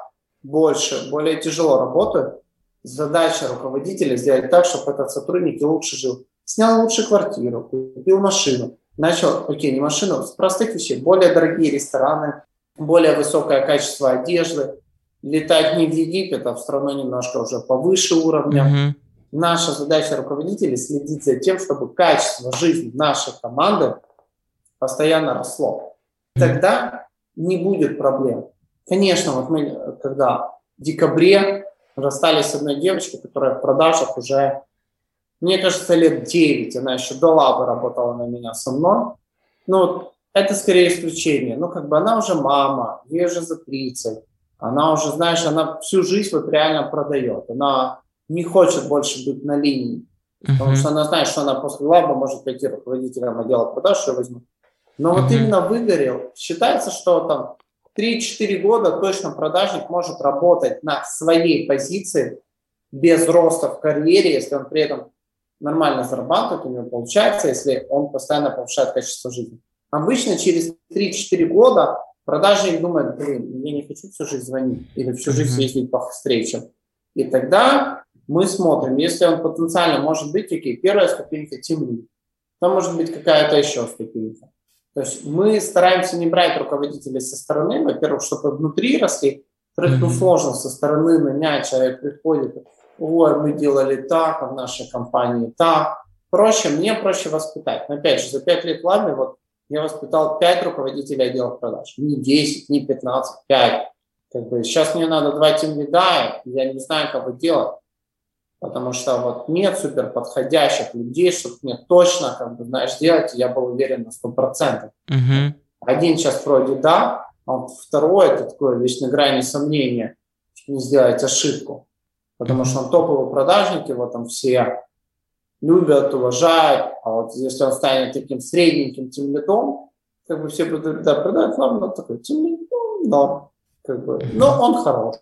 [SPEAKER 2] более тяжело работаю, задача руководителя сделать так, чтобы этот сотрудник и лучше жил. Снял лучше квартиру, купил машину, начал, не машину, с простых вещей, более дорогие рестораны, более высокое качество одежды, летать не в Египет, а в страну немножко уже повыше уровня. Наша задача руководителей следить за тем, чтобы качество жизни нашей команды постоянно росло. Тогда не будет проблем. Конечно, вот мы, когда в декабре расстались с одной девочкой, которая в продажах уже, мне кажется, лет 9, она еще до Лабы работала на меня со мной. Ну, это скорее исключение. Ну, она уже мама, ей уже за 30. Она уже, знаешь, она всю жизнь вот реально продает. Она не хочет больше быть на линии. Потому что она знает, что она после Лабы может пойти руководителем отдела продаж, ее возьмут. Но вот именно выгорел. Считается, что там 3-4 года точно продажник может работать на своей позиции без роста в карьере, если он при этом нормально зарабатывает, у него получается, если он постоянно повышает качество жизни. Обычно через 3-4 года продажник думает, я не хочу всю жизнь звонить или всю жизнь ездить по встречам. И тогда мы смотрим, если он потенциально может быть, первая ступенька тимлид, то может быть какая-то еще ступенька. То есть мы стараемся не брать руководителей со стороны, во-первых, чтобы внутри росли, во-вторых, сложно со стороны нанять, человек приходит, мы делали так, а в нашей компании так. Мне проще воспитать. Но опять же, за 5 лет в Лабе я воспитал 5 руководителей отделов продаж. Не 10, не 15, 5. Сейчас мне надо 2 тимлида, я не знаю, как это делать. Потому что нет супер подходящих людей, чтобы мне точно, сделать, я был уверен на 100%. Один сейчас вроде да, а второй это такое весь на грани сомнения, что не сделать ошибку. Потому что он топовый продажник, его там все любят, уважают, а вот если он станет таким средненьким тимлидом, все будут, продать ладно, такой тимлид, но он хороший.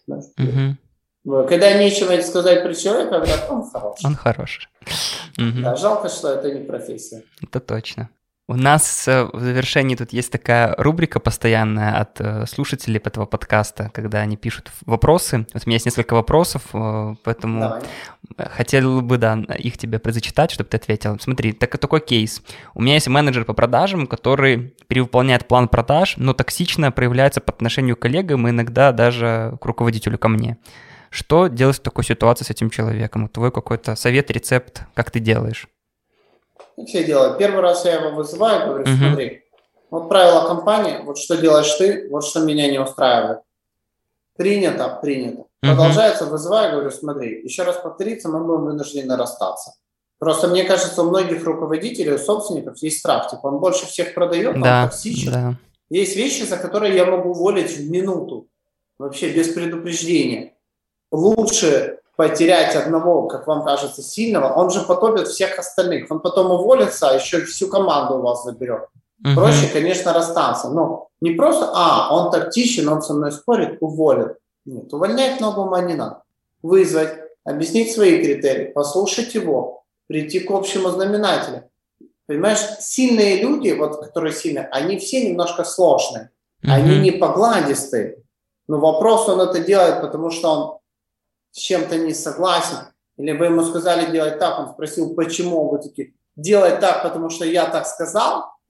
[SPEAKER 2] Когда нечего сказать про человека, говорят, он хороший.
[SPEAKER 1] Он хороший.
[SPEAKER 2] Да, жалко, что это не профессия.
[SPEAKER 1] Это точно. У нас в завершении тут есть такая рубрика постоянная от слушателей этого подкаста, когда они пишут вопросы. Вот у меня есть несколько вопросов, поэтому
[SPEAKER 2] Давай.
[SPEAKER 1] Хотел бы, их тебе зачитать, чтобы ты ответил. Смотри, такой кейс. У меня есть менеджер по продажам, который перевыполняет план продаж, но токсично проявляется по отношению к коллегам и иногда даже к руководителю, ко мне. Что делать в такой ситуации с этим человеком? Твой какой-то совет, рецепт, как ты делаешь?
[SPEAKER 2] Как я делаю? Первый раз я его вызываю, говорю, смотри, вот правила компании, вот что делаешь ты, вот что меня не устраивает. Принято. Продолжается, вызываю, говорю, смотри, еще раз повторится, мы будем вынуждены расстаться. Просто мне кажется, у многих руководителей, у собственников есть страх, он больше всех продает, он токсичен. Да. Есть вещи, за которые я могу уволить в минуту, вообще без предупреждения. Лучше потерять одного, как вам кажется, сильного, он же потопит всех остальных. Он потом уволится, а еще всю команду у вас заберет. Проще, конечно, расстаться. Но не просто, он тактичен, он со мной спорит, уволит. Нет, увольнять много ума не надо. Вызвать, объяснить свои критерии, послушать его, прийти к общему знаменателю. Понимаешь, сильные люди, которые сильные, они все немножко сложные. Они не погладистые. Но вопрос, он это делает, потому что он с чем-то не согласен, или вы ему сказали делать так, он спросил, почему, вы такие, делать так, потому что я так сказал,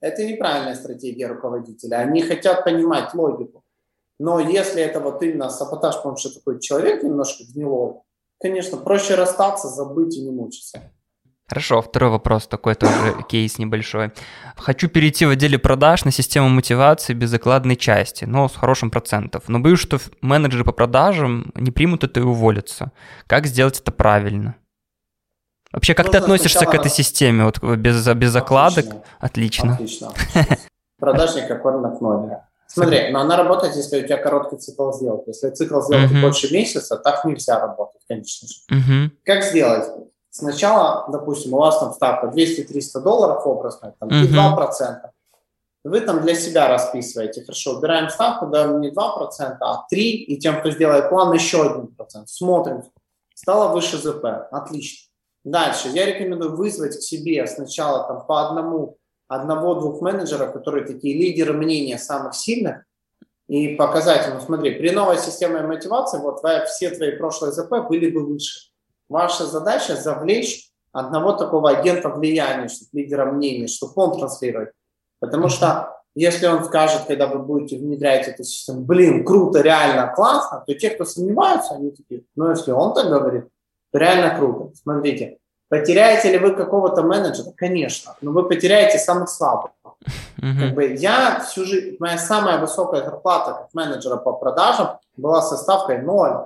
[SPEAKER 2] это неправильная стратегия руководителя. Они хотят понимать логику. Но если это вот именно саботаж, потому что такой человек немножко гнилой, конечно, проще расстаться, забыть и не мучиться.
[SPEAKER 1] Хорошо, второй вопрос, такой тоже кейс небольшой. Хочу перейти в отделе продаж на систему мотивации без окладной части, но с хорошим процентом. Но боюсь, что менеджеры по продажам не примут это и уволятся. Как сделать это правильно? Вообще, как ты относишься к этой системе? Вот без окладок? Отлично.
[SPEAKER 2] Продажник как на кнопке. Смотри, но она работает, если у тебя короткий цикл сделок. Если цикл сделки больше месяца, так нельзя работать, конечно же. Как сделать? Сначала, допустим, у вас там ставка $200-300 образно, там, и 2%. Вы там для себя расписываете. Хорошо, убираем ставку, да, не 2%, а 3%, и тем, кто сделает план, еще 1%. Смотрим. Стало выше ЗП. Отлично. Дальше. Я рекомендую вызвать к себе сначала там, по одного-двух менеджеров, которые такие лидеры мнения самых сильных, и показать ему, смотри, при новой системе мотивации вот все твои прошлые ЗП были бы выше. Ваша задача завлечь одного такого агента влияния, чтобы лидера мнения, чтобы он транслирует. Потому что если он скажет, когда вы будете внедрять эту систему, блин, круто, реально классно, то те, кто сомневаются, они такие, ну если он так говорит, то реально круто. Смотрите, потеряете ли вы какого-то менеджера? Конечно, но вы потеряете самых слабых. Как бы я всю жизнь, моя самая высокая зарплата как менеджера по продажам была со ставкой 0.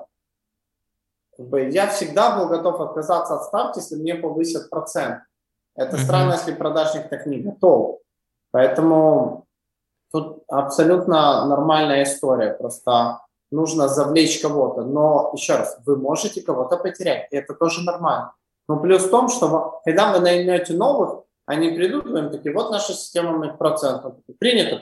[SPEAKER 2] Я всегда был готов отказаться от ставки, если мне повысят процент. Это странно, если продажник так не готов. Поэтому тут абсолютно нормальная история. Просто нужно завлечь кого-то. Но, еще раз, вы можете кого-то потерять. И это тоже нормально. Но плюс в том, что когда вы наймете новых, они придут, и им такие, вот наша система процентов. Принято.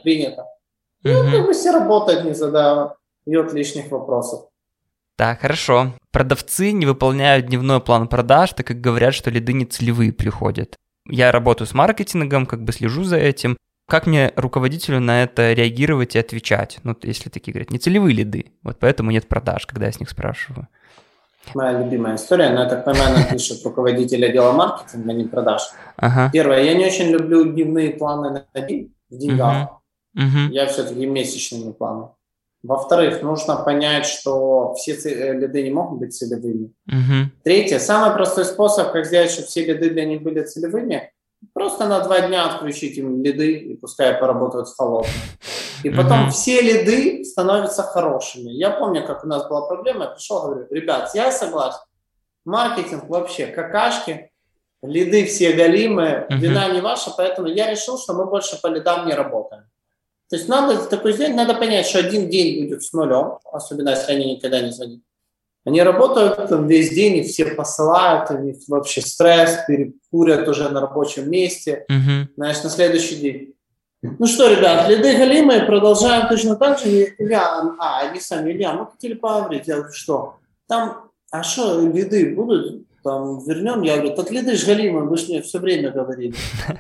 [SPEAKER 2] И как бы все работают, не задают лишних вопросов.
[SPEAKER 1] Так, хорошо. Продавцы не выполняют дневной план продаж, так как говорят, что лиды не целевые приходят. Я работаю с маркетингом, как бы слежу за этим. Как мне, руководителю, на это реагировать и отвечать? Ну, если такие говорят, не целевые лиды, вот поэтому нет продаж, когда я с них спрашиваю.
[SPEAKER 2] Моя любимая история, но я так понимаю, она пишет руководитель отдела маркетинга, не продаж. Первое, я не очень люблю дневные планы на день в деньгах. Я все-таки месячными планы. Во-вторых, нужно понять, что все лиды не могут быть целевыми. Третье, самый простой способ, как сделать, чтобы все лиды для них были целевыми, просто на 2 дня отключить им лиды и пускай поработают с холодным. И потом все лиды становятся хорошими. Я помню, как у нас была проблема, я пришел и говорю, ребят, я согласен, маркетинг вообще какашки, лиды все галимые, вина не ваша, поэтому я решил, что мы больше по лидам не работаем. То есть надо такой сделать, надо понять, что один день будет с нулем, особенно если они никогда не звонят. Они работают там весь день, и все посылают, у них вообще стресс, перекурят уже на рабочем месте. Знаешь, на следующий день. Ну что, ребят, лиды галимые, продолжаем точно так же. Они сами, Илья, мы хотели поговорить. Я говорю, что? Там, что, лиды будут? Там, вернем? Я говорю, так лиды же галимые, вы же мне все время говорили.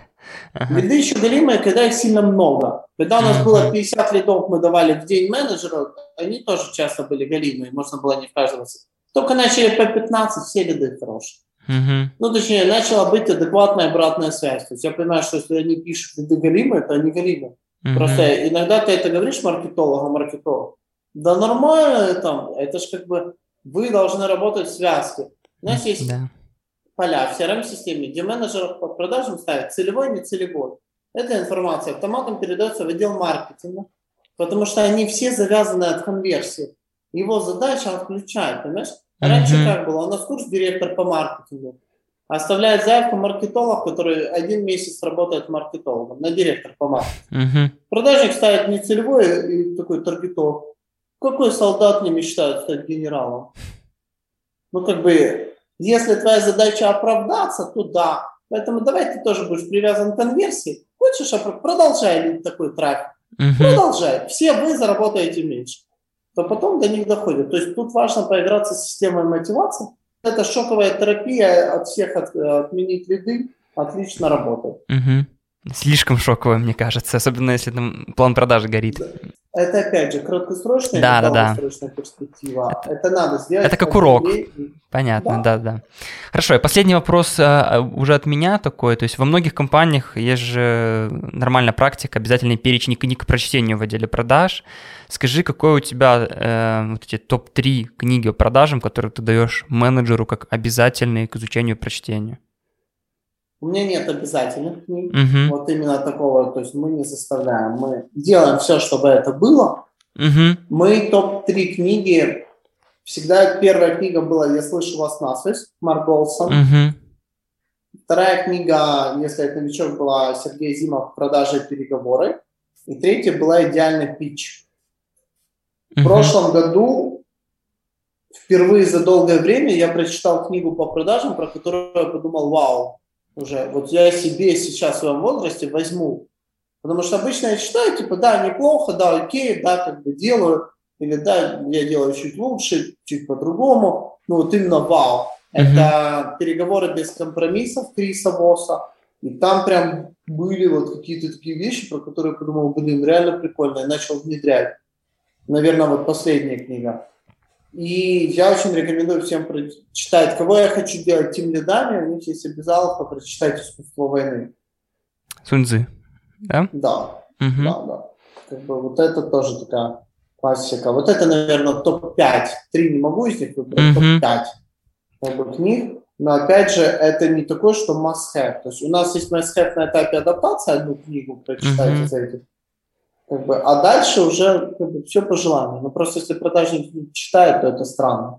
[SPEAKER 2] Лиды еще галимые, когда их сильно много. Когда у нас было 50 лидов, мы давали в день менеджеру, они тоже часто были галимые, можно было не в каждого. Только начали по 15, все лиды хорошие. Ну, точнее, начала быть адекватная обратная связь. То есть я понимаю, что если они пишут лиды галимые, то они галимые. Просто иногда ты это говоришь маркетологу, да нормально там, это же как бы вы должны работать в связке. У нас есть поля в CRM-системе, где менеджер по продажам ставит целевой, не целевой. Эта информация автоматом передается в отдел маркетинга, потому что они все завязаны от конверсии. Его задача отключать, понимаешь? Раньше как было? У нас курс-директор по маркетингу оставляет заявку маркетолог, который 1 месяц работает маркетологом, на директор по маркетингу. Продажник ставит не целевой и такой таргетолог. Какой солдат не мечтает стать генералом? Ну, как бы... Если твоя задача оправдаться, то да. Поэтому давай ты тоже будешь привязан к конверсии. Хочешь, продолжай такой трафик. Продолжай. Все вы заработаете меньше. То потом до них доходит. То есть тут важно поиграться с системой мотивации. Это шоковая терапия от всех отменить лиды. Отлично работает.
[SPEAKER 1] Слишком шоковая, мне кажется. Особенно если там план продажи горит.
[SPEAKER 2] Это опять же краткосрочная
[SPEAKER 1] Да,
[SPEAKER 2] или
[SPEAKER 1] да, да.
[SPEAKER 2] долгосрочная перспектива. Это надо сделать.
[SPEAKER 1] Это как урок.
[SPEAKER 2] Людей.
[SPEAKER 1] Понятно, да. Хорошо, и последний вопрос уже от меня такой. То есть во многих компаниях есть же нормальная практика, обязательный перечень книг к прочтению в отделе продаж. Скажи, какой у тебя вот эти топ-3 книги по продажам, которые ты даешь менеджеру как обязательные к изучению и прочтению?
[SPEAKER 2] У меня нет обязательных книг,
[SPEAKER 1] Угу.
[SPEAKER 2] вот именно такого, то есть мы не заставляем, мы делаем все, чтобы это было.
[SPEAKER 1] Угу.
[SPEAKER 2] Мы топ-3 книги, всегда первая книга была «Я слышу вас насвязь», Марк Голсон.
[SPEAKER 1] Угу.
[SPEAKER 2] Вторая книга, если это новичок, была Сергей Зимов «Продажи и переговоры». И третья была «Идеальный питч». В прошлом году, впервые за долгое время, я прочитал книгу по продажам, про которую я подумал, вау, уже вот я себе сейчас в своем возрасте возьму. Потому что обычно я читаю, типа, да, неплохо, да, окей, да, как бы делаю, или да, я делаю чуть лучше, чуть по-другому. Ну вот именно вау. Это «Переговоры без компромиссов» Криса Восса. И там прям были вот какие-то такие вещи, про которые я подумал, блин, реально прикольно. Я начал внедрять. Наверное, вот последняя книга. И я очень рекомендую всем прочитать. Кого я хочу делать тимлидами, у них есть обязаловка прочитать «Искусство войны».
[SPEAKER 1] Сунь-Цзы, да?
[SPEAKER 2] Да. Как бы вот это тоже такая классика. Вот это, наверное, топ-5. 3 не могу из них выбрать, топ-5 как бы, книг. Но опять же, это не такое, что must-have. То есть у нас есть must-have на этапе адаптации, одну книгу прочитать из этих. Как бы, а дальше уже как бы, все по желанию. Но просто если продажник не читает, то это странно.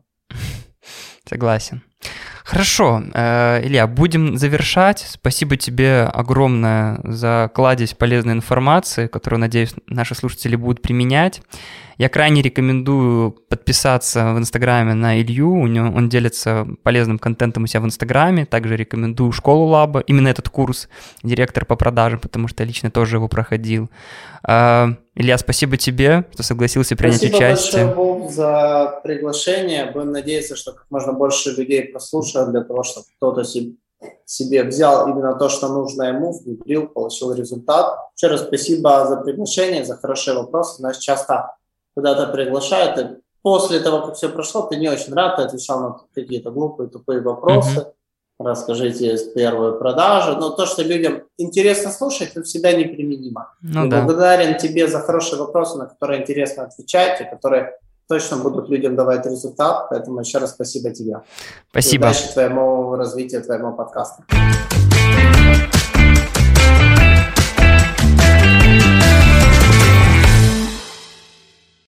[SPEAKER 1] Согласен. Хорошо, Илья, будем завершать. Спасибо тебе огромное за кладезь полезной информации, которую, надеюсь, наши слушатели будут применять. Я крайне рекомендую подписаться в Инстаграме на Илью, он делится полезным контентом у себя в Инстаграме. Также рекомендую школу Лаба, именно этот курс «Директор по продажам», потому что я лично тоже его проходил. Илья, спасибо тебе, что согласился принять участие.
[SPEAKER 2] Спасибо большое, Вов, за приглашение. Будем надеяться, что как можно больше людей прослушают для того, чтобы кто-то себе взял именно то, что нужно ему, внедрил, получил результат. Еще раз спасибо за приглашение, за хорошие вопросы. Нас часто куда-то приглашают, и после того, как все прошло, ты не очень рад, ты отвечал на какие-то глупые, тупые вопросы. Расскажите первую продажу. Но то, что людям интересно слушать, это всегда неприменимо. Благодарен тебе за хорошие вопросы, на которые интересно отвечать, и которые точно будут людям давать результат. Поэтому еще раз спасибо тебе.
[SPEAKER 1] Спасибо.
[SPEAKER 2] И удачи твоему развитию, твоему подкасту.